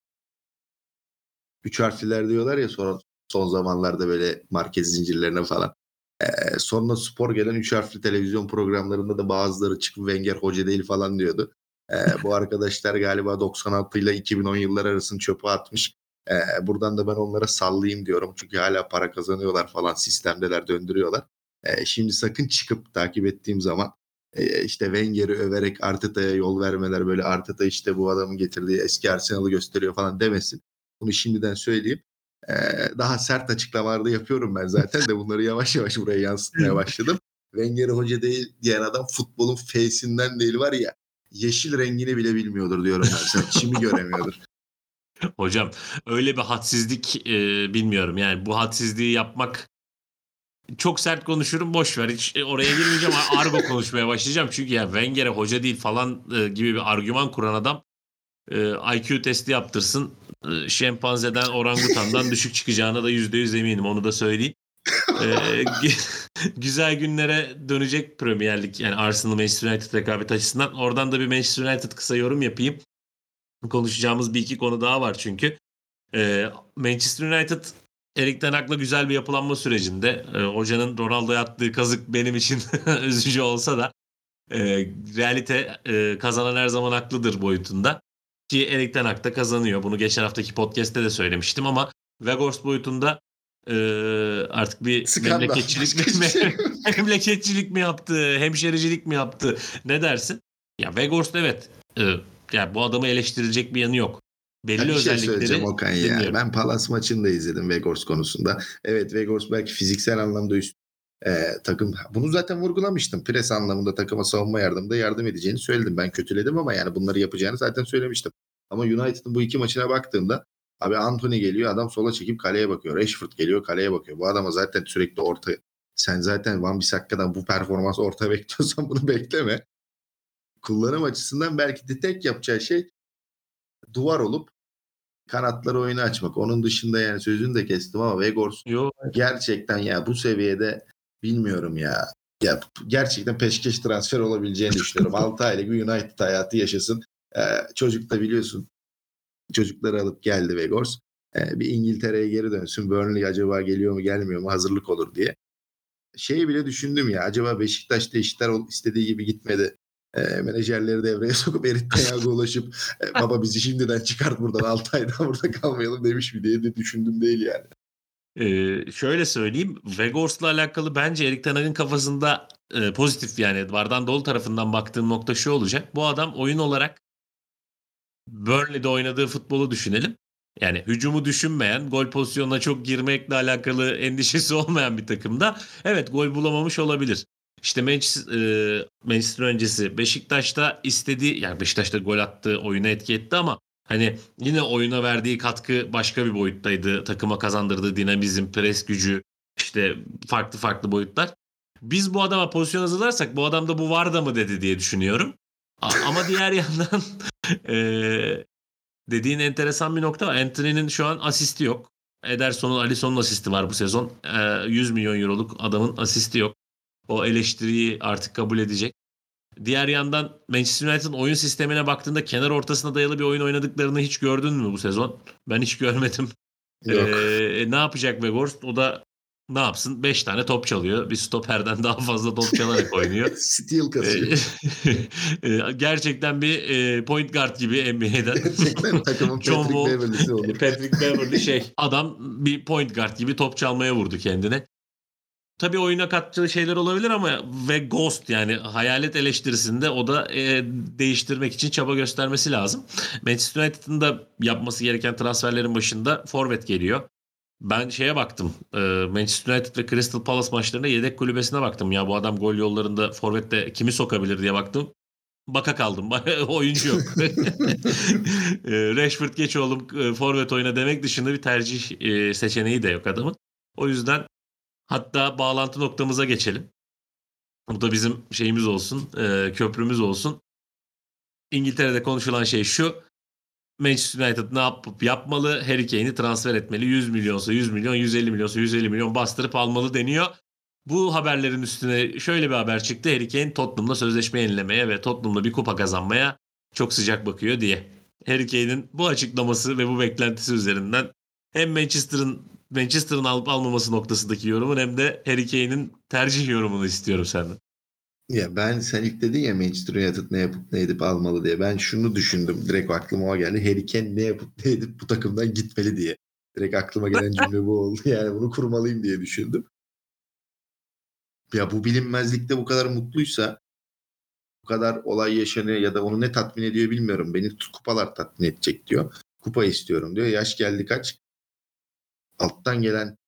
3 harfliler diyorlar ya son zamanlarda böyle market zincirlerine falan. Sonra spor gelen 3 harfli televizyon programlarında da bazıları çıkıp Wenger hoca değil falan diyordu. Bu arkadaşlar galiba 96 ile 2010 yılları arasını çöpe atmış. Buradan da ben onlara sallayayım diyorum. Çünkü hala para kazanıyorlar falan, sistemdeler, döndürüyorlar. Şimdi sakın çıkıp takip ettiğim zaman işte Wenger'i överek Arteta'ya yol vermeler, böyle Arteta işte bu adamın getirdiği eski Arsenal'ı gösteriyor falan demesin. Bunu şimdiden söyleyeyim. Daha sert açıklamalarda yapıyorum ben zaten de bunları yavaş yavaş buraya yansıtmaya başladım. Wenger hoca değil diyen adam futbolun face'inden değil var ya, yeşil rengini bile bilmiyordur diyorum ben. Sen çimi göremiyordur. Hocam öyle bir hadsizlik bilmiyorum. Yani bu hadsizliği yapmak, çok sert konuşurum, boş ver. Hiç oraya girmeyeceğim. Argo konuşmaya başlayacağım. Çünkü ya Wenger'e hoca değil falan gibi bir argüman kuran adam IQ testi yaptırsın. Şempanzeden, orangutandan düşük çıkacağına da %100 eminim. Onu da söyleyeyim. Güzel günlere dönecek Premier Lig. Yani Arsenal Manchester United rekabet açısından. Oradan da bir Manchester United kısa yorum yapayım. Konuşacağımız bir iki konu daha var çünkü. Manchester United Erik Ten Hag'la güzel bir yapılanma sürecinde. Hocanın Ronaldo'ya attığı kazık benim için üzücü olsa da realite kazanan her zaman haklıdır boyutunda. Ki Erik Ten Hag da kazanıyor. Bunu geçen haftaki podcast'te de söylemiştim ama Weghorst boyutunda artık bir memleketçilik mi yaptı, hemşericilik mi yaptı, ne dersin? Ya Weghorst evet. Yani bu adamı eleştirilecek bir yanı yok. Belli Bir şey özellikleri söyleyeceğim Okan ya. dinliyorum. Ben Palace maçını da izledim Weghorst konusunda. Evet, Weghorst belki fiziksel anlamda üst takım. Bunu zaten vurgulamıştım. Pres anlamında takıma savunma yardımında yardım edeceğini söyledim. Ben kötüledim ama yani bunları yapacağını zaten söylemiştim. Ama United'ın bu iki maçına baktığımda abi Anthony geliyor, adam sola çekip kaleye bakıyor. Rashford geliyor, kaleye bakıyor. Bu adama zaten sürekli orta. Sen zaten Wan-Bissaka'dan bu performans orta bekliyorsan bunu bekleme. Kullanım açısından belki de tek yapacağı şey duvar olup kanatları oyunu açmak. Onun dışında yani sözünü de kestim ama Weghorst gerçekten ya bu seviyede bilmiyorum ya. Ya gerçekten peşkeş transfer olabileceğini düşünüyorum. 6 aylık bir United hayatı yaşasın. Çocuk da biliyorsun, çocukları alıp geldi Weghorst. Bir İngiltere'ye geri dönsün. Burnley acaba geliyor mu gelmiyor mu, hazırlık olur diye. Şeyi bile düşündüm ya, acaba Beşiktaş'ta işler istediği gibi gitmedi. Menajerleri devreye sokup Erik Ten Hag'a ulaşıp baba bizi şimdiden çıkart buradan 6 ay daha burada kalmayalım demiş mi diye de düşündüm değil yani. Şöyle söyleyeyim. Weghorst'la alakalı bence Erik Ten Hag'ın kafasında pozitif, yani bardan dolu tarafından baktığım nokta şu olacak. Bu adam oyun olarak Burnley'de oynadığı futbolu düşünelim. Yani hücumu düşünmeyen, gol pozisyonuna çok girmekle alakalı endişesi olmayan bir takımda evet gol bulamamış olabilir. İşte Manchester öncesi Beşiktaş'ta istediği, yani Beşiktaş'ta gol attı, oyuna etki etti ama hani yine oyuna verdiği katkı başka bir boyuttaydı. Takıma kazandırdığı dinamizm, pres gücü, işte farklı farklı boyutlar. Biz bu adama pozisyon hazırlarsak bu adamda bu var da mı dedi diye düşünüyorum. Ama diğer yandan dediğin enteresan bir nokta var. Anthony'nin şu an asisti yok. Ederson'un, Alisson'un asisti var bu sezon. 100 milyon euroluk adamın asisti yok. O eleştiriyi artık kabul edecek. Diğer yandan Manchester United'ın oyun sistemine baktığında kenar ortasına dayalı bir oyun oynadıklarını hiç gördün mü bu sezon? Ben hiç görmedim. Yok. Ne yapacak Weghorst? O da ne yapsın? 5 tane top çalıyor. Bir stoperden daha fazla top çalarak oynuyor. Steel kasıyor. Gerçekten bir point guard gibi NBA'den. Gerçekten takımın John Patrick Wall, Beverley'si olur. Patrick Beverley adam bir point guard gibi top çalmaya vurdu kendine. Tabii oyuna kattığı şeyler olabilir ama ve Ghost, yani hayalet eleştirisinde o da değiştirmek için çaba göstermesi lazım. Manchester United'ın da yapması gereken transferlerin başında forvet geliyor. Ben şeye baktım. Manchester United ve Crystal Palace maçlarında yedek kulübesine baktım. Ya bu adam gol yollarında forvette kimi sokabilir diye baktım. Baka kaldım. Oyuncu yok. Rashford geç oğlum forvet oyna demek dışında bir tercih seçeneği de yok adamın. O yüzden hatta bağlantı noktamıza geçelim. Bu da bizim şeyimiz olsun, köprümüz olsun. İngiltere'de konuşulan şey şu. Manchester United ne yapmalı? Harry Kane'i transfer etmeli. 100 milyonsa 100 milyon, 150 milyonsa 150 milyon bastırıp almalı deniyor. Bu haberlerin üstüne şöyle bir haber çıktı. Harry Kane Tottenham'la sözleşme yenilemeye ve Tottenham'la bir kupa kazanmaya çok sıcak bakıyor diye. Harry Kane'in bu açıklaması ve bu beklentisi üzerinden hem Manchester'ın alıp almaması noktasındaki yorumun hem de Harry Kane'in tercih yorumunu istiyorum senden. Ya sen ilk dedin ya Manchester United ne yapıp ne edip almalı diye. Ben şunu düşündüm. Direkt aklıma o geldi. Harry Kane ne yapıp ne edip bu takımdan gitmeli diye. Direkt aklıma gelen cümle bu oldu. Yani bunu kurmalıyım diye düşündüm. Ya bu bilinmezlikte bu kadar mutluysa, bu kadar olay yaşanıyor ya da onu ne tatmin ediyor bilmiyorum. Beni kupalar tatmin edecek diyor. Kupa istiyorum diyor. Yaş geldi kaç? Alttan gelen,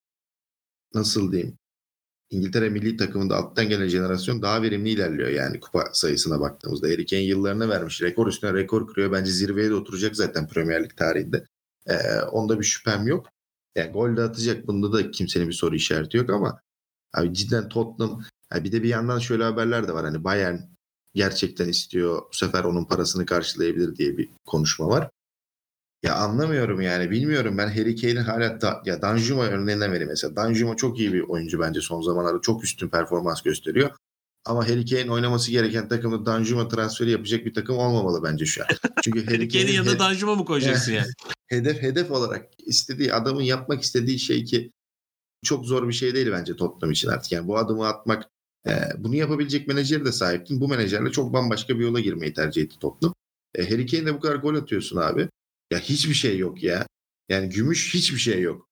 nasıl diyeyim, İngiltere milli takımında alttan gelen jenerasyon daha verimli ilerliyor yani kupa sayısına baktığımızda. Harry Kane yıllarını vermiş. Rekor üstüne rekor kırıyor. Bence zirveye de oturacak zaten Premier Lig tarihinde. Onda bir şüphem yok. Yani gol de atacak. Bunda da kimsenin bir soru işareti yok ama abi cidden Tottenham, bir de bir yandan şöyle haberler de var. Hani Bayern gerçekten istiyor. Bu sefer onun parasını karşılayabilir diye bir konuşma var. Ya anlamıyorum yani. Bilmiyorum, ben Harry Kane'in hala ya Danjuma örneğinden vereyim mesela. Danjuma çok iyi bir oyuncu bence son zamanlarda. Çok üstün performans gösteriyor. Ama Harry Kane oynaması gereken takımda Danjuma transferi yapacak bir takım olmamalı bence şu an. Çünkü Harry Kane'in yanında Danjuma mı koyacaksın yani? Hedef olarak istediği, adamın yapmak istediği şey ki çok zor bir şey değil bence Tottenham için artık. Yani bu adımı atmak, bunu yapabilecek menajeri de sahiptin. Bu menajerle çok bambaşka bir yola girmeyi tercih etti Tottenham. Harry Kane'de bu kadar gol atıyorsun abi. Ya hiçbir şey yok ya. Yani gümüş hiçbir şey yok.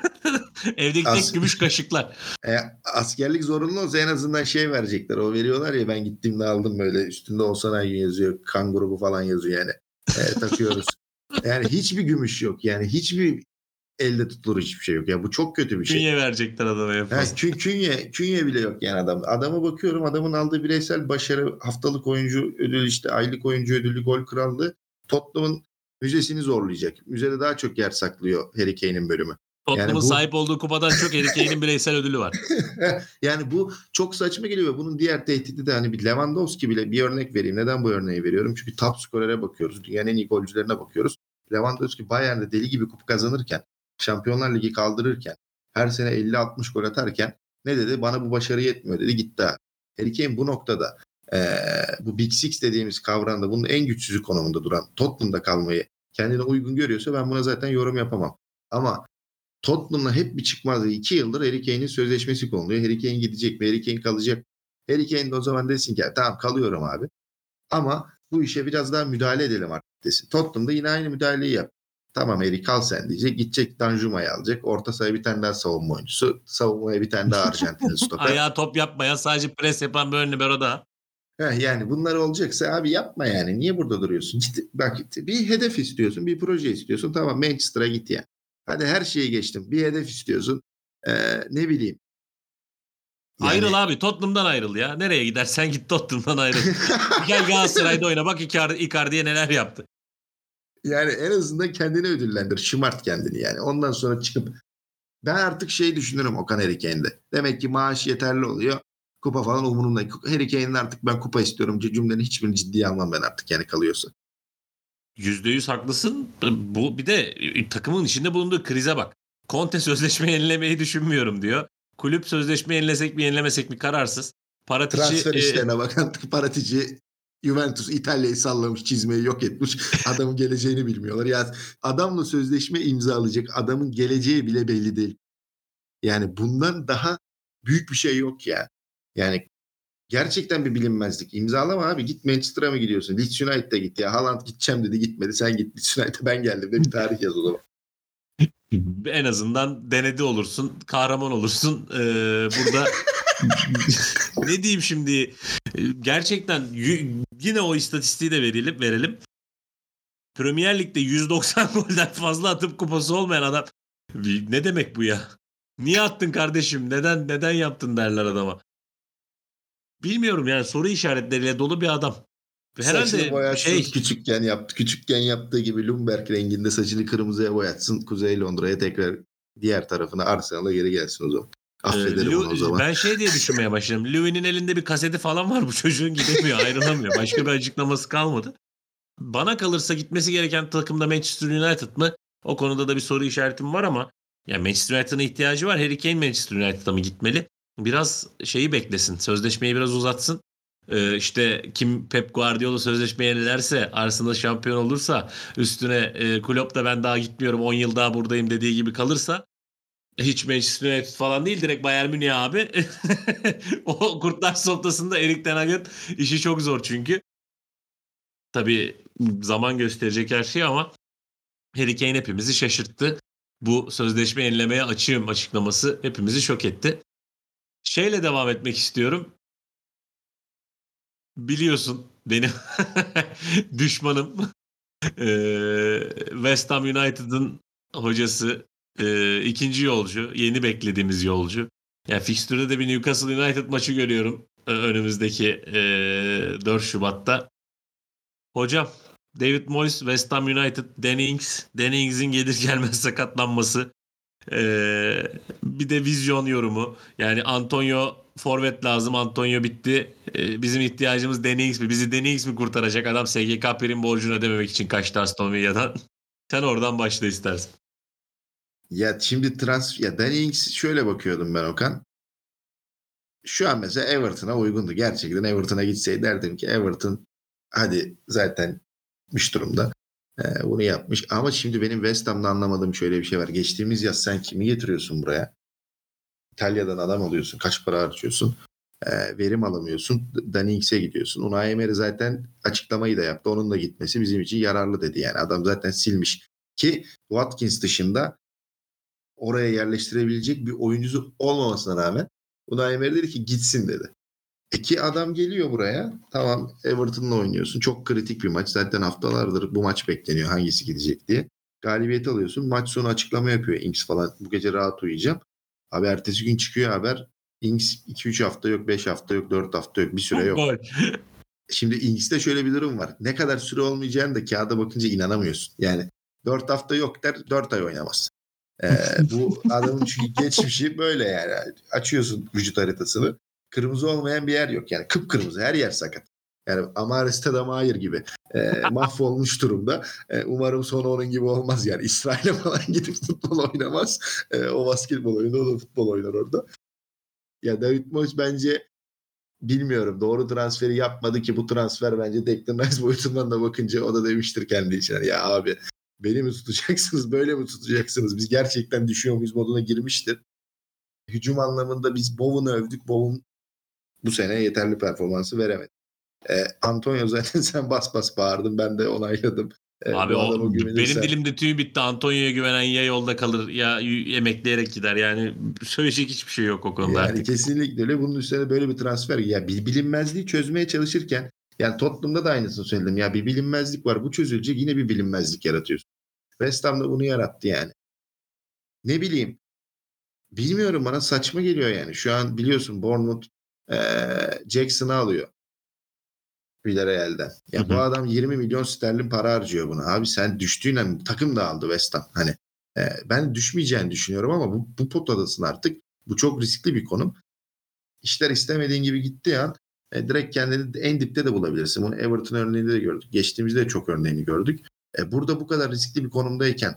Evdeki tek gümüş kaşıklar. Askerlik zorunlu olsa en azından şey verecekler. O veriyorlar ya, ben gittiğimde aldım böyle, üstünde Oğuzhan yazıyor. Kan grubu falan yazıyor yani. Takıyoruz. Yani hiçbir gümüş yok. Yani hiçbir elde tutulur hiçbir şey yok. Ya bu çok kötü bir şey. Künye verecekler adama en fazla. Künye bile yok yani adam. Adama bakıyorum, adamın aldığı bireysel başarı, haftalık oyuncu ödülü, işte aylık oyuncu ödülü, gol krallığı Tottenham'ın müzesini zorlayacak. Müzede daha çok yer saklıyor Harry Kane'in bölümü. Tottenham'ın sahip olduğu kupadan çok Harry Kane'in bireysel ödülü var. Yani bu çok saçma geliyor. Bunun diğer tehdidi de hani bir Lewandowski bile, bir örnek vereyim. Neden bu örneği veriyorum? Çünkü top skorere bakıyoruz. Dünyanın en iyi golcülerine bakıyoruz. Lewandowski Bayern'de deli gibi kupa kazanırken, Şampiyonlar Ligi kaldırırken, her sene 50-60 gol atarken ne dedi? Bana bu başarı yetmiyor dedi, gitti. Harry Kane bu noktada bu Big Six dediğimiz kavramda bunun en güçsüzü konumunda duran Tottenham'da kalmayı kendine uygun görüyorsa ben buna zaten yorum yapamam. Ama Tottenham'la hep bir çıkmazdı. 2 yıldır Harry Kane'in sözleşmesi konuluyor. Harry Kane gidecek mi? Harry Kane kalacak. Harry Kane de o zaman desin ki tamam kalıyorum abi. Ama bu işe biraz daha müdahale edelim artık desin. Tottenham'da yine aynı müdahaleyi yap. Tamam Harry kal sen diyecek. Gidecek Danjuma'yı alacak. Orta sahaya bir tane daha savunma oyuncusu. Savunmaya bir tane daha Arjantinli stoper. Ayağa top yapmayan, sadece pres yapan bir ön libero daha. Yani bunlar olacaksa abi yapma yani. Niye burada duruyorsun? Bak bir hedef istiyorsun. Bir proje istiyorsun. Tamam Manchester'a git ya. Hadi her şeyi geçtim. Bir hedef istiyorsun. Ne bileyim. Ayrıl Yani abi. Tottenham'dan ayrıl ya. Nereye gidersen git Tottenham'dan ayrıl. Gel Galatasaray'da oyna. Bak Icardi'ye neler yaptı. yani en azından kendini ödüllendir. Şımart kendini yani. Ondan sonra çıkıp ben artık şey düşünürüm Okan Harry Kane'de. Demek ki maaş yeterli oluyor. Kupa falan umurumda. Harry Kane'in artık ben kupa istiyorum cümlenin hiçbirini ciddiye almam ben artık yani kalıyorsa. %100 haklısın. Bu bir de takımın içinde bulunduğu krize bak. Conte sözleşme yenilemeyi düşünmüyorum diyor. Kulüp sözleşme yenilesek mi yenilemesek mi kararsız. Paratici Transfer işlerine bakan Paratici Juventus İtalya'yı sallamış, çizmeyi yok etmiş. Adamın geleceğini bilmiyorlar. Ya adamla sözleşme imzalayacak adamın geleceği bile belli değil. Yani bundan daha büyük bir şey yok ya. Yani gerçekten bir bilinmezlik. İmzalama abi. Git Manchester'a mı gidiyorsun? Leeds United'a git ya. Haaland gideceğim dedi gitmedi. Sen git Leeds United'a ben geldim de bir tarih yaz o zaman. en azından denedi olursun. Kahraman olursun. Burada ne diyeyim şimdi? Gerçekten yine o istatistiği de verelim. Premier Lig'de 190 golden fazla atıp kupası olmayan adam. Ne demek bu ya? Niye attın kardeşim? Neden yaptın derler adama. Bilmiyorum yani, soru işaretleriyle dolu bir adam. Saçını Herhalde boyatsın küçükken yaptı. Küçükken yaptığı gibi Lumberg renginde saçını kırmızıya boyatsın. Kuzey Londra'ya tekrar diğer tarafına Arsenal'a geri gelsin o zaman. Affederim onu o zaman. Ben diye düşünmeye başladım. Louis'nin elinde bir kaseti falan var. Bu çocuğun gidemiyor, ayrılamıyor. Başka bir açıklaması kalmadı. Bana kalırsa gitmesi gereken takım da Manchester United mı? O konuda da bir soru işaretim var ama yani Manchester United'ın ihtiyacı var. Harry Kane Manchester United'a mı gitmeli? Biraz şeyi beklesin. Sözleşmeyi biraz uzatsın. İşte kim Pep Guardiola sözleşme yenilerse, Arsenal şampiyon olursa, üstüne Klopp da ben daha gitmiyorum 10 yıl daha buradayım dediği gibi kalırsa, hiç Manchester United falan değil, direkt Bayern Münih abi. O kurtlar sofrasında Erik ten Hag'ın işi çok zor çünkü. Tabii zaman gösterecek her şey ama Harry Kane hepimizi şaşırttı. Bu sözleşme yenilemeye açığım açıklaması hepimizi şok etti. Şeyle devam etmek istiyorum. Biliyorsun benim düşmanım. West Ham United'ın hocası, ikinci yolcu, yeni beklediğimiz yolcu. Yani fikstürde de bir Newcastle United maçı görüyorum önümüzdeki 4 Şubat'ta. Hocam, David Moyes, West Ham United, Danny Ings'in gelir gelmez sakatlanması. Bir de vizyon yorumu. Yani Antonio forvet lazım. Antonio bitti. Bizim ihtiyacımız Danny Ings mi? Bizi Danny Ings mi kurtaracak? Adam SGK prim borcunu ödememek için kaçtı Aston Villa'dan. Sen oradan başla istersen. Ya şimdi Danny Ings şöyle bakıyordum ben Okan. Şu an mesela Everton'a uygundu. Gerçekten Everton'a gitseydi derdim ki Everton hadi zaten bitmiş durumda. Bunu yapmış. Ama şimdi benim West Ham'da anlamadığım şöyle bir şey var. Geçtiğimiz yaz sen kimi getiriyorsun buraya? İtalya'dan adam alıyorsun. Kaç para harcıyorsun? Verim alamıyorsun. Danny Ings'e gidiyorsun. Unai Emery zaten açıklamayı da yaptı. Onun da gitmesi bizim için yararlı dedi. Yani adam zaten silmiş. Ki Watkins dışında oraya yerleştirebilecek bir oyuncusu olmamasına rağmen Unai Emery dedi ki gitsin dedi. Ki adam geliyor buraya. Tamam Everton'la oynuyorsun. Çok kritik bir maç. Zaten haftalardır bu maç bekleniyor. Hangisi gidecek diye. Galibiyeti alıyorsun. Maç sonu açıklama yapıyor Ings falan. Bu gece rahat uyuyacağım. Abi ertesi gün çıkıyor haber. Ings 2-3 hafta yok, 5 hafta yok, 4 hafta yok. Bir süre yok. Gol. Şimdi Ings'te şöyle bir durum var. Ne kadar süre olmayacağını da kağıda bakınca inanamıyorsun. Yani 4 hafta yok der, 4 ay oynamaz. Bu adamın çünkü geçmişi böyle yani. Açıyorsun vücut haritasını. Kırmızı olmayan bir yer yok. Yani kıpkırmızı her yer sakat. Yani Amaris Tadamayer gibi mahvolmuş durumda. Umarım sonu onun gibi olmaz yani. İsrail'e falan gidip futbol oynamaz. O basketbol oyunu, o da futbol oynar orada. Ya David Moyes bence bilmiyorum doğru transferi yapmadı ki bu transfer bence Declan Rice boyutundan da bakınca o da demiştir kendi içine. Ya abi beni mi tutacaksınız böyle mi tutacaksınız? Biz gerçekten düşüyor muyuz moduna girmiştir. Hücum anlamında biz Bowen'ı övdük. Bowen bu sene yeterli performansı veremedi. Antonio zaten sen bas bas bağırdın. Ben de onayladım. Abi Bu o adama benim güvenirsen. dilimde tüy bitti. Antonio'ya güvenen ya yolda kalır ya emekleyerek gider. Yani söyleyecek hiçbir şey yok o konuda Yani artık. kesinlikle öyle. Bunun üstüne böyle bir transfer. Ya bir bilinmezliği çözmeye çalışırken yani Tottenham'da da aynısını söyledim. Ya bir bilinmezlik var. Bu çözülecek. Yine bir bilinmezlik yaratıyorsun. West Ham da bunu yarattı yani. Ne bileyim. Bilmiyorum, bana saçma geliyor yani. Şu an biliyorsun Bournemouth Jackson'ı alıyor Villarreal'den. Hı Ya bu hı. adam 20 milyon sterlin para harcıyor buna. Abi sen düştüğün an takım da aldı West Ham. Hani ben düşmeyeceğini düşünüyorum ama bu potadasın artık. Bu çok riskli bir konum. İşler istemediğin gibi gittiği an direkt kendini en dipte de bulabilirsin. Bunu Everton örneğinde de gördük. Geçtiğimizde de çok örneğini gördük. Burada bu kadar riskli bir konumdayken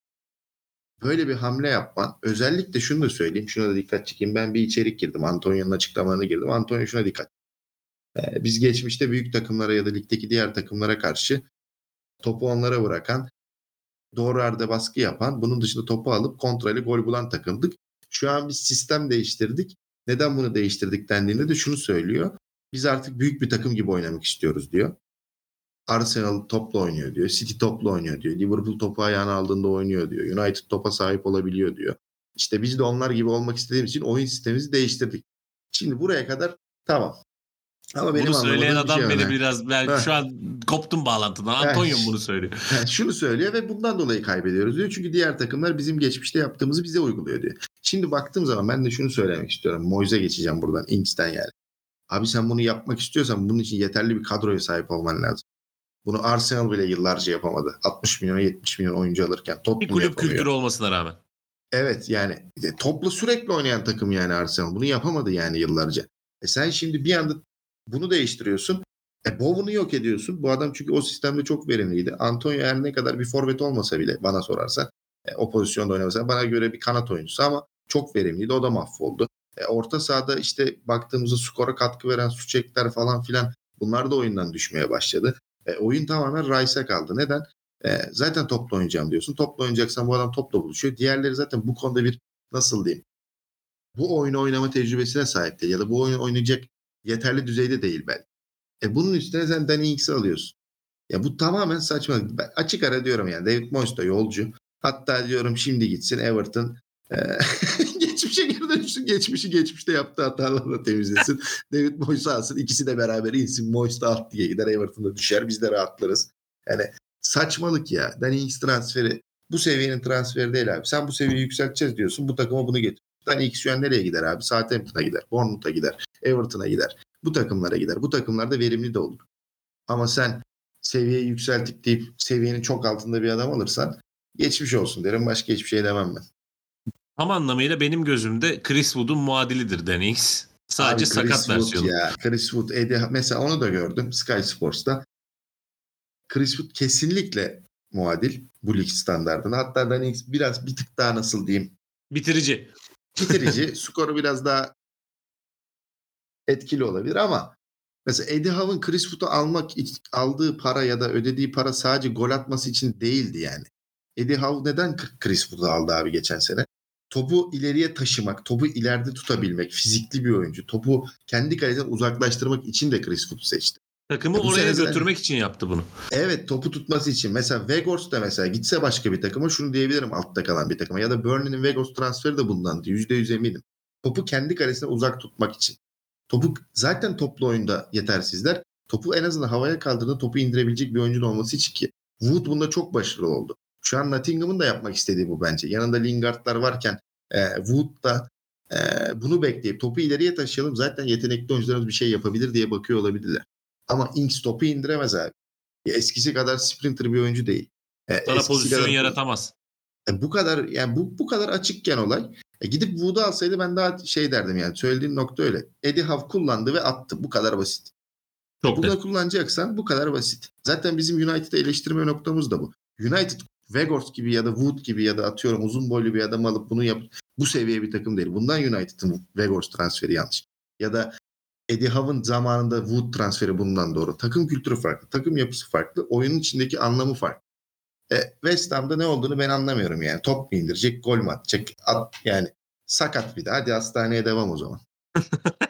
böyle bir hamle yapman, özellikle şunu da söyleyeyim, şuna da dikkat çekeyim. Ben bir içerik girdim. Antonio'nun açıklamalarına girdim. Antonio şuna dikkat. Biz geçmişte büyük takımlara ya da ligdeki diğer takımlara karşı topu onlara bırakan, doğru arada baskı yapan, bunun dışında topu alıp kontrayla gol bulan takımdık. Şu an biz sistem değiştirdik. Neden bunu değiştirdik dendiğinde de şunu söylüyor. Biz artık büyük bir takım gibi oynamak istiyoruz diyor. Arsenal topla oynuyor diyor. City topla oynuyor diyor. Liverpool topu ayağına aldığında oynuyor diyor. United topa sahip olabiliyor diyor. İşte biz de onlar gibi olmak istediğimiz için oyun sistemimizi değiştirdik. Şimdi buraya kadar tamam. Ama benim Bunu söyleyen anlamadığım bir şey adam var. beni biraz ben şu an koptum bağlantıdan. Antonio mu bunu söylüyor? Şunu söylüyor ve bundan dolayı kaybediyoruz diyor. Çünkü diğer takımlar bizim geçmişte yaptığımızı bize uyguluyor diyor. Şimdi baktığım zaman ben de şunu söylemek istiyorum. Moyes'e geçeceğim buradan. Inks'ten yani. Abi sen bunu yapmak istiyorsan bunun için yeterli bir kadroya sahip olman lazım. Bunu Arsenal bile yıllarca yapamadı. 60 milyon 70 milyon oyuncu alırken Bir Tottenham kulüp yapamıyor. kültürü olmasına rağmen. Evet yani topla sürekli oynayan takım yani Arsenal. Bunu yapamadı yani yıllarca. Sen şimdi bir anda bunu değiştiriyorsun. Bowen'ı yok ediyorsun. Bu adam çünkü o sistemde çok verimliydi. Antonio her ne kadar bir forvet olmasa bile bana sorarsan o pozisyonda oynamasa bana göre bir kanat oyuncusu ama çok verimliydi. O da mahvoldu. Orta sahada işte baktığımızda skora katkı veren Suçekler falan filan, bunlar da oyundan düşmeye başladı. Oyun tamamen Rice'e kaldı. Neden? Zaten topla oynayacağım diyorsun. Topla oynayacaksan bu adam topla buluşuyor. Diğerleri zaten bu konuda bir, nasıl diyeyim, bu oyunu oynama tecrübesine sahip değil ya da bu oyunu oynayacak yeterli düzeyde değil belki. Bunun üstüne sen Danny Ings'i alıyorsun. Ya bu tamamen saçma. Ben açık ara diyorum yani. David Moyes da yolcu. Hatta diyorum şimdi gitsin Everton e, geçmişe geri dönsün. Geçmişi geçmişte yaptığı hatalarla temizlesin. David Moyes'u alsın. İkisi de beraber insin. Moyes da alt diye gider. Everton'da düşer. Biz de rahatlarız. Yani saçmalık ya. Danny Ings transferi bu seviyenin transferi değil abi. Sen bu seviyeyi yükselteceğiz diyorsun. Bu takıma bunu getir. Danny Ings şu an nereye gider abi? Southampton'a gider. Bournemouth'a gider. Everton'a gider. Bu takımlara gider. Bu takımlarda verimli de olur. Ama sen seviyeyi yükselttik deyip seviyenin çok altında bir adam alırsan geçmiş olsun derim. Başka hiçbir şey demem ben. Tam anlamıyla benim gözümde Chris Wood'un muadilidir Dennings. Sadece Abi Chris sakat Wood versiyonu. ya. Chris Wood, Eddie, mesela onu da gördüm Sky Sports'ta. Chris Wood kesinlikle muadil bu lig standartına. Hatta Dennings biraz bir tık daha, nasıl diyeyim, Bitirici. bitirici. Skoru biraz daha etkili olabilir ama mesela Eddie Howe'ın Chris Wood'u aldığı para ya da ödediği para sadece gol atması için değildi yani. Eddie Howe neden Chris Wood'u aldı abi geçen sene? Topu ileriye taşımak, topu ileride tutabilmek, fizikli bir oyuncu, topu kendi kaleden uzaklaştırmak için de Chris Wood'u seçti. Takımı Bu oraya sene götürmek için yaptı bunu. evet, topu tutması için. Mesela Weghorst da mesela gitse başka bir takıma şunu diyebilirim, altta kalan bir takıma. Ya da Burnley'nin Weghorst transferi de bundandı. %100 eminim. Topu kendi kalesine uzak tutmak için. Topu zaten toplu oyunda yetersizler. Topu en azından havaya kaldırdığında topu indirebilecek bir oyuncunun olması için ki Wood bunda çok başarılı oldu. Şu an Nottingham'ın da yapmak istediği bu bence. Yanında Lingard'lar varken Wood da bunu bekleyip topu ileriye taşıyalım. Zaten yetenekli oyuncularımız bir şey yapabilir diye bakıyor olabilirler. Ama Ings topu indiremez abi. Eskisi kadar sprinter bir oyuncu değil. Sana Eskisi pozisyon kadar yaratamaz. bu kadar yani bu kadar açıkken olay. Gidip Wood'u alsaydı ben daha şey derdim yani. Söylediğin nokta öyle. Eddie Howe kullandı ve attı. Bu kadar basit. Çok Burada net. kullanacaksan bu kadar basit. Zaten bizim United'ı eleştirme noktamız da bu. United Weghorst gibi ya da Wood gibi ya da atıyorum uzun boylu bir adam alıp bunu yap, bu seviye bir takım değil. Bundan United'ın Weghorst transferi yanlış. Ya da Eddie Howe'ın zamanında Wood transferi bundan doğru. Takım kültürü farklı, takım yapısı farklı, oyunun içindeki anlamı farklı. West Ham'da ne olduğunu ben anlamıyorum yani. Top mu indirecek, gol mü atacak? Yani sakat bir de. Hadi hastaneye devam o zaman.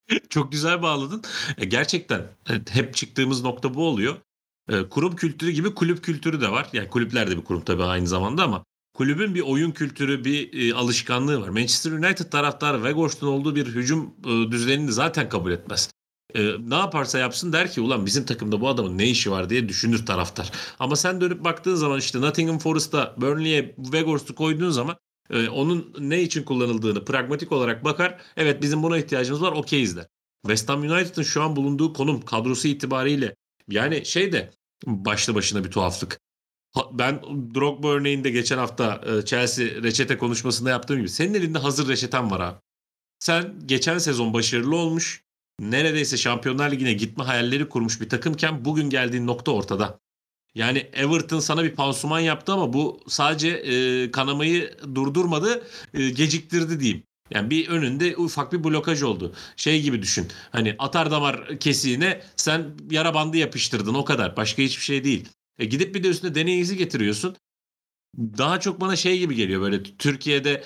Çok güzel bağladın. Gerçekten hep çıktığımız nokta bu oluyor. Kurum kültürü gibi kulüp kültürü de var. Yani kulüpler de bir kurum tabii aynı zamanda ama kulübün bir oyun kültürü, bir alışkanlığı var. Manchester United taraftarı Weghorst'un olduğu bir hücum düzenini zaten kabul etmez. Ne yaparsa yapsın der ki ulan bizim takımda bu adamın ne işi var diye düşünür taraftar. Ama sen dönüp baktığın zaman işte Nottingham Forest'ta Burnley'e Weghorst'u koyduğun zaman onun ne için kullanıldığını pragmatik olarak bakar. Evet bizim buna ihtiyacımız var okeyiz der. West Ham United'ın şu an bulunduğu konum kadrosu itibariyle yani şey de başlı başına bir tuhaflık. Ben Drogba örneğinde geçen hafta Chelsea reçete konuşmasında yaptığım gibi senin elinde hazır reçeten var abi. Sen geçen sezon başarılı olmuş, neredeyse Şampiyonlar Ligi'ne gitme hayalleri kurmuş bir takımken bugün geldiğin nokta ortada. Yani Everton sana bir pansuman yaptı ama bu sadece kanamayı durdurmadı, geciktirdi diyeyim. Yani bir önünde ufak bir blokaj oldu. Şey gibi düşün. Hani atar damar kesiğine sen yara bandı yapıştırdın o kadar. Başka hiçbir şey değil. Gidip bir de üstüne deney izi getiriyorsun. Daha çok bana şey gibi geliyor böyle Türkiye'de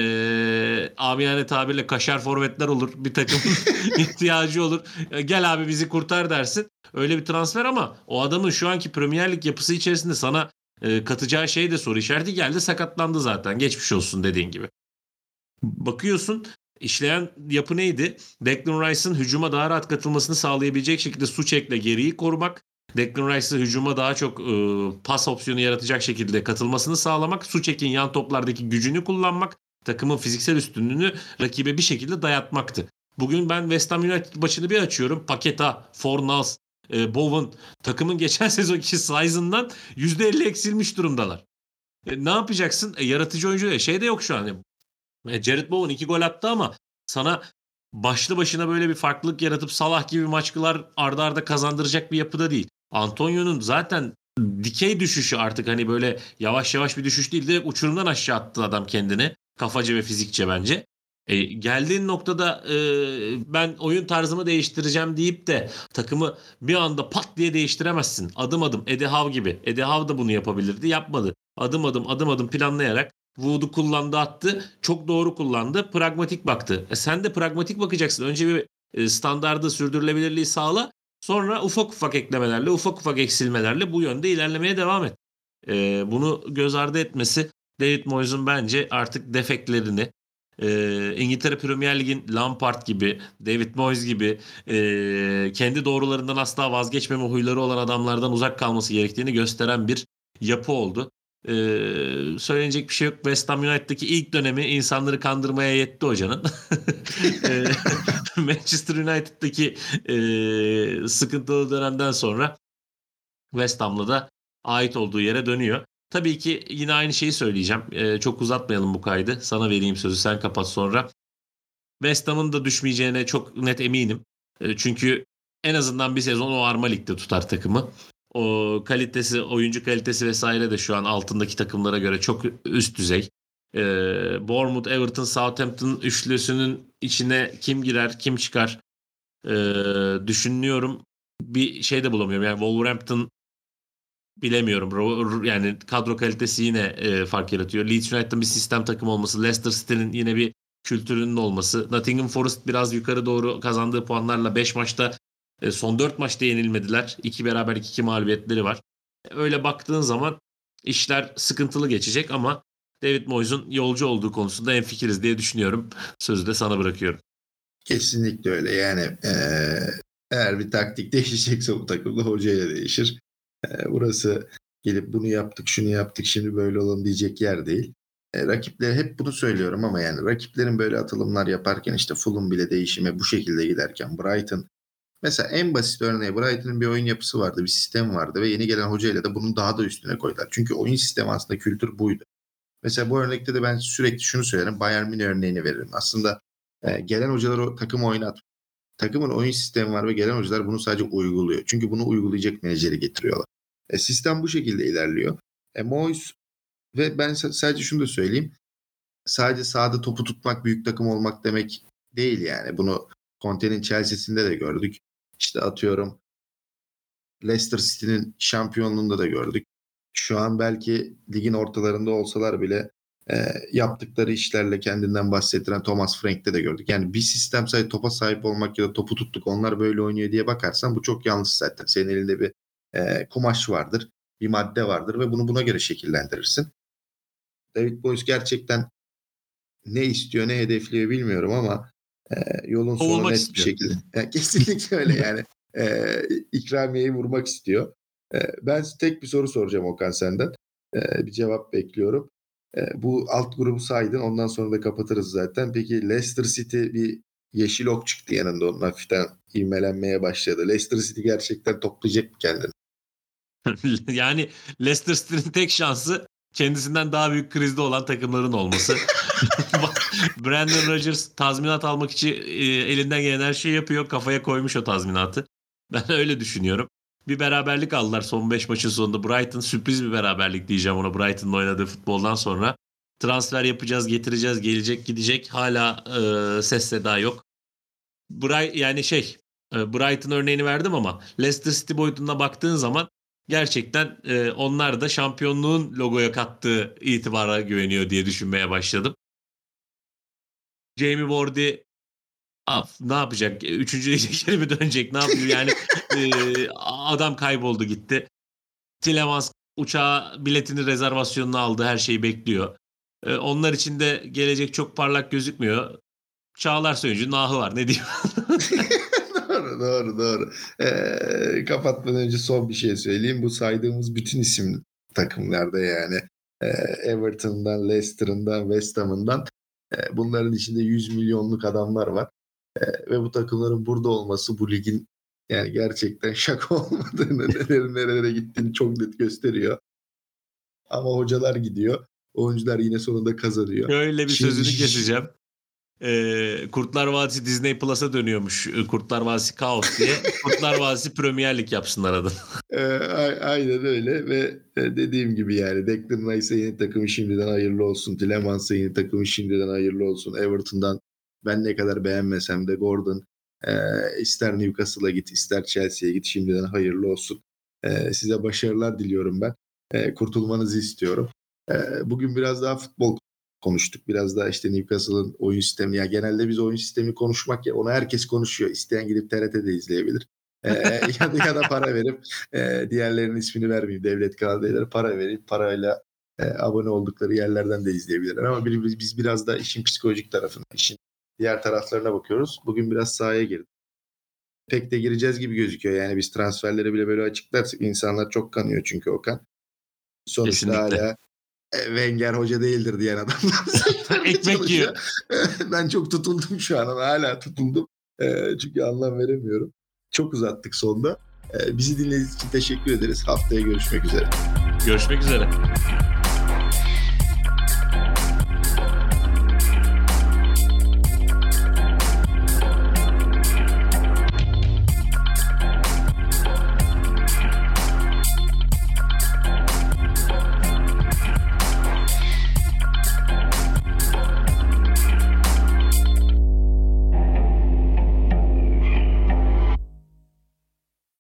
amiyane tabirle kaşar forvetler olur. Bir takım ihtiyacı olur. Gel abi bizi kurtar dersin. Öyle bir transfer ama o adamın şu anki Premier Lig yapısı içerisinde sana katacağı şey de soru işareti geldi sakatlandı zaten. Geçmiş olsun dediğin gibi. Bakıyorsun işleyen yapı neydi? Declan Rice'ın hücuma daha rahat katılmasını sağlayabilecek şekilde Souček'le geriyi korumak. Declan Rice'ı hücuma daha çok pas opsiyonu yaratacak şekilde katılmasını sağlamak. Souček'in yan toplardaki gücünü kullanmak. Takımın fiziksel üstünlüğünü rakibe bir şekilde dayatmaktı. Bugün ben West Ham United maçını bir açıyorum. Paketa, Fornals, Bowen takımın geçen sezonki size'ından %50 eksilmiş durumdalar. Ne yapacaksın? Yaratıcı oyuncu şey de yok şu an. Jared Bowen 2 gol attı ama sana başlı başına böyle bir farklılık yaratıp Salah gibi maçlar arda arda kazandıracak bir yapıda değil. Antonio'nun zaten dikey düşüşü artık hani böyle yavaş yavaş bir düşüş değil de uçurumdan aşağı attı adam kendini. Kafaca ve fizikçe bence. Geldiğin noktada ben oyun tarzımı değiştireceğim deyip de takımı bir anda pat diye değiştiremezsin. Adım adım Eddie Howe gibi. Eddie Howe da bunu yapabilirdi yapmadı. Adım adım adım adım planlayarak Wood'u kullandı attı. Çok doğru kullandı. Pragmatik baktı. Sen de pragmatik bakacaksın. Önce bir standardı sürdürülebilirliği sağla. Sonra ufak ufak eklemelerle, ufak ufak eksilmelerle bu yönde ilerlemeye devam et. Bunu göz ardı etmesi David Moyes'un bence artık defeklerini İngiltere Premier Lig'in Lampard gibi, David Moyes gibi kendi doğrularından asla vazgeçmeme huyları olan adamlardan uzak kalması gerektiğini gösteren bir yapı oldu. Söylenecek bir şey yok. West Ham United'daki ilk dönemi insanları kandırmaya yetti hocanın. Eee, Manchester United'daki sıkıntılı dönemden sonra West Ham'la da ait olduğu yere dönüyor. Tabii ki yine aynı şeyi söyleyeceğim. Çok uzatmayalım bu kaydı. Sana vereyim sözü sen kapat sonra. West Ham'ın da düşmeyeceğine çok net eminim. Çünkü en azından bir sezon o Arma Lig'de tutar takımı. O kalitesi, oyuncu kalitesi vesaire de şu an altındaki takımlara göre çok üst düzey. Bournemouth, Everton, Southampton üçlüsünün içine kim girer, kim çıkar düşünüyorum. Bir şey de bulamıyorum. Yani Wolverhampton bilemiyorum. Yani kadro kalitesi yine fark yaratıyor. Leeds United'ın bir sistem takımı olması, Leicester City'nin yine bir kültürünün olması, Nottingham Forest biraz yukarı doğru kazandığı puanlarla 5 maçta son 4 maçta yenilmediler. 2 beraberlik 2 mağlubiyetleri var. Öyle baktığın zaman işler sıkıntılı geçecek ama David Moyes'un yolcu olduğu konusunda hemfikiriz diye düşünüyorum. Sözü de sana bırakıyorum. Kesinlikle öyle. Yani eğer bir taktik değişecekse bu takımda hocayla değişir. Burası gelip bunu yaptık, şunu yaptık, şimdi böyle olalım diyecek yer değil. Rakipleri hep bunu söylüyorum ama yani rakiplerin böyle atılımlar yaparken işte Fulham bile değişime bu şekilde giderken Brighton mesela en basit örneği Brighton'ın bir oyun yapısı vardı, bir sistem vardı ve yeni gelen hocayla da bunun daha da üstüne koydular. Çünkü oyun sistemi aslında kültür buydu. Mesela bu örnekte de ben sürekli şunu söylerim. Bayern Münih örneğini veririm. Aslında gelen hocalar o takımı oynat. Takımın oyun sistemi var ve gelen hocalar bunu sadece uyguluyor. Çünkü bunu uygulayacak menajeri getiriyorlar. Sistem bu şekilde ilerliyor. Moyes ve ben sadece şunu da söyleyeyim. Sadece sahada topu tutmak, büyük takım olmak demek değil yani. Bunu Conte'nin Chelsea'sinde de gördük. İşte atıyorum Leicester City'nin şampiyonluğunda da gördük. Şu an belki ligin ortalarında olsalar bile Yaptıkları işlerle kendinden bahsettiren Thomas Frank'te de gördük. Yani bir sistem sadece topa sahip olmak ya da topu tuttuk onlar böyle oynuyor diye bakarsan bu çok yanlış zaten. Senin elinde bir kumaş vardır, bir madde vardır ve bunu buna göre şekillendirirsin. David Boyes gerçekten ne istiyor, ne hedefliyor bilmiyorum ama yolun sonu Kovulmak net bir istiyor. şekilde. Kesinlikle öyle yani. İkramiyeyi vurmak istiyor. Ben tek bir soru soracağım Okan senden. Bir cevap bekliyorum. Bu alt grubu saydın. Ondan sonra da kapatırız zaten. Peki Leicester City bir yeşil ok çıktı yanında. Onun hafiften ivmelenmeye başladı. Leicester City gerçekten toplayacak mı kendini? Yani Leicester City'nin tek şansı kendisinden daha büyük krizde olan takımların olması. Brandon Rodgers tazminat almak için elinden gelen her şeyi yapıyor. Kafaya koymuş o tazminatı. Ben öyle düşünüyorum. Bir beraberlik aldılar son 5 maçın sonunda. Brighton sürpriz bir beraberlik diyeceğim ona, Brighton'ın oynadığı futboldan sonra. Transfer yapacağız, getireceğiz, gelecek, gidecek. Hala ses seda yok. Brighton örneğini verdim ama Leicester City boyutuna baktığın zaman gerçekten onlar da şampiyonluğun logoya kattığı itibara güveniyor diye düşünmeye başladım. Jamie Vardy ne yapacak? Üçüncü lige mi dönecek? Ne yapıyor? Yani adam kayboldu gitti. Tielemans uçağa biletini, rezervasyonunu aldı. Her şeyi bekliyor. Onlar için de gelecek çok parlak gözükmüyor. Çağlar Söyüncü'nün ahı var. Ne diyeyim? Doğru. Kapatmadan önce son bir şey söyleyeyim. Bu saydığımız bütün isim takımlarda yani Everton'dan, Leicester'ından, West Ham'ından bunların içinde 100 milyonluk adamlar var. Ve bu takımların burada olması bu ligin yani gerçekten şaka olmadığını, nerelere gittiğini çok net gösteriyor. Ama hocalar gidiyor. Oyuncular yine sonunda kazanıyor. Şöyle bir sözünü keseceğim. Kurtlar Vadisi Disney Plus'a dönüyormuş. Kurtlar Vadisi Kaos diye. Kurtlar Vadisi Premier Lig yapsınlar adını. Aynen öyle ve dediğim gibi yani Declan Rice'e yeni takımı şimdiden hayırlı olsun. Tielemans'a yeni takımı şimdiden hayırlı olsun. Everton'dan ben ne kadar beğenmesem de Gordon ister Newcastle'a git ister Chelsea'ye git şimdiden hayırlı olsun. Size başarılar diliyorum ben. Kurtulmanızı istiyorum. Bugün biraz daha futbol konuştuk. Biraz daha işte Newcastle'ın oyun sistemi. Ya genelde biz oyun sistemi konuşmak ya onu herkes konuşuyor. İsteyen gidip TRT'de izleyebilir. Ya da para verip diğerlerinin ismini vermeyeyim. Devlet kanalları para verip parayla abone oldukları yerlerden de izleyebilirler. Ama biz biraz da işin psikolojik tarafına, işin diğer taraflarına bakıyoruz. Bugün biraz sahaya girdik. Pek de gireceğiz gibi gözüküyor. Yani biz transferleri bile böyle açıklarsak insanlar çok kanıyor çünkü Okan. Sonuçta Kesinlikle. hala Wenger hoca değildir diyen adamlar. Ekmek yiyor. Ben çok tutuldum şu an. Hala tutuldum. Çünkü anlam veremiyorum. Çok uzattık sonda. Bizi dinlediğiniz için teşekkür ederiz. Haftaya görüşmek üzere. Görüşmek üzere.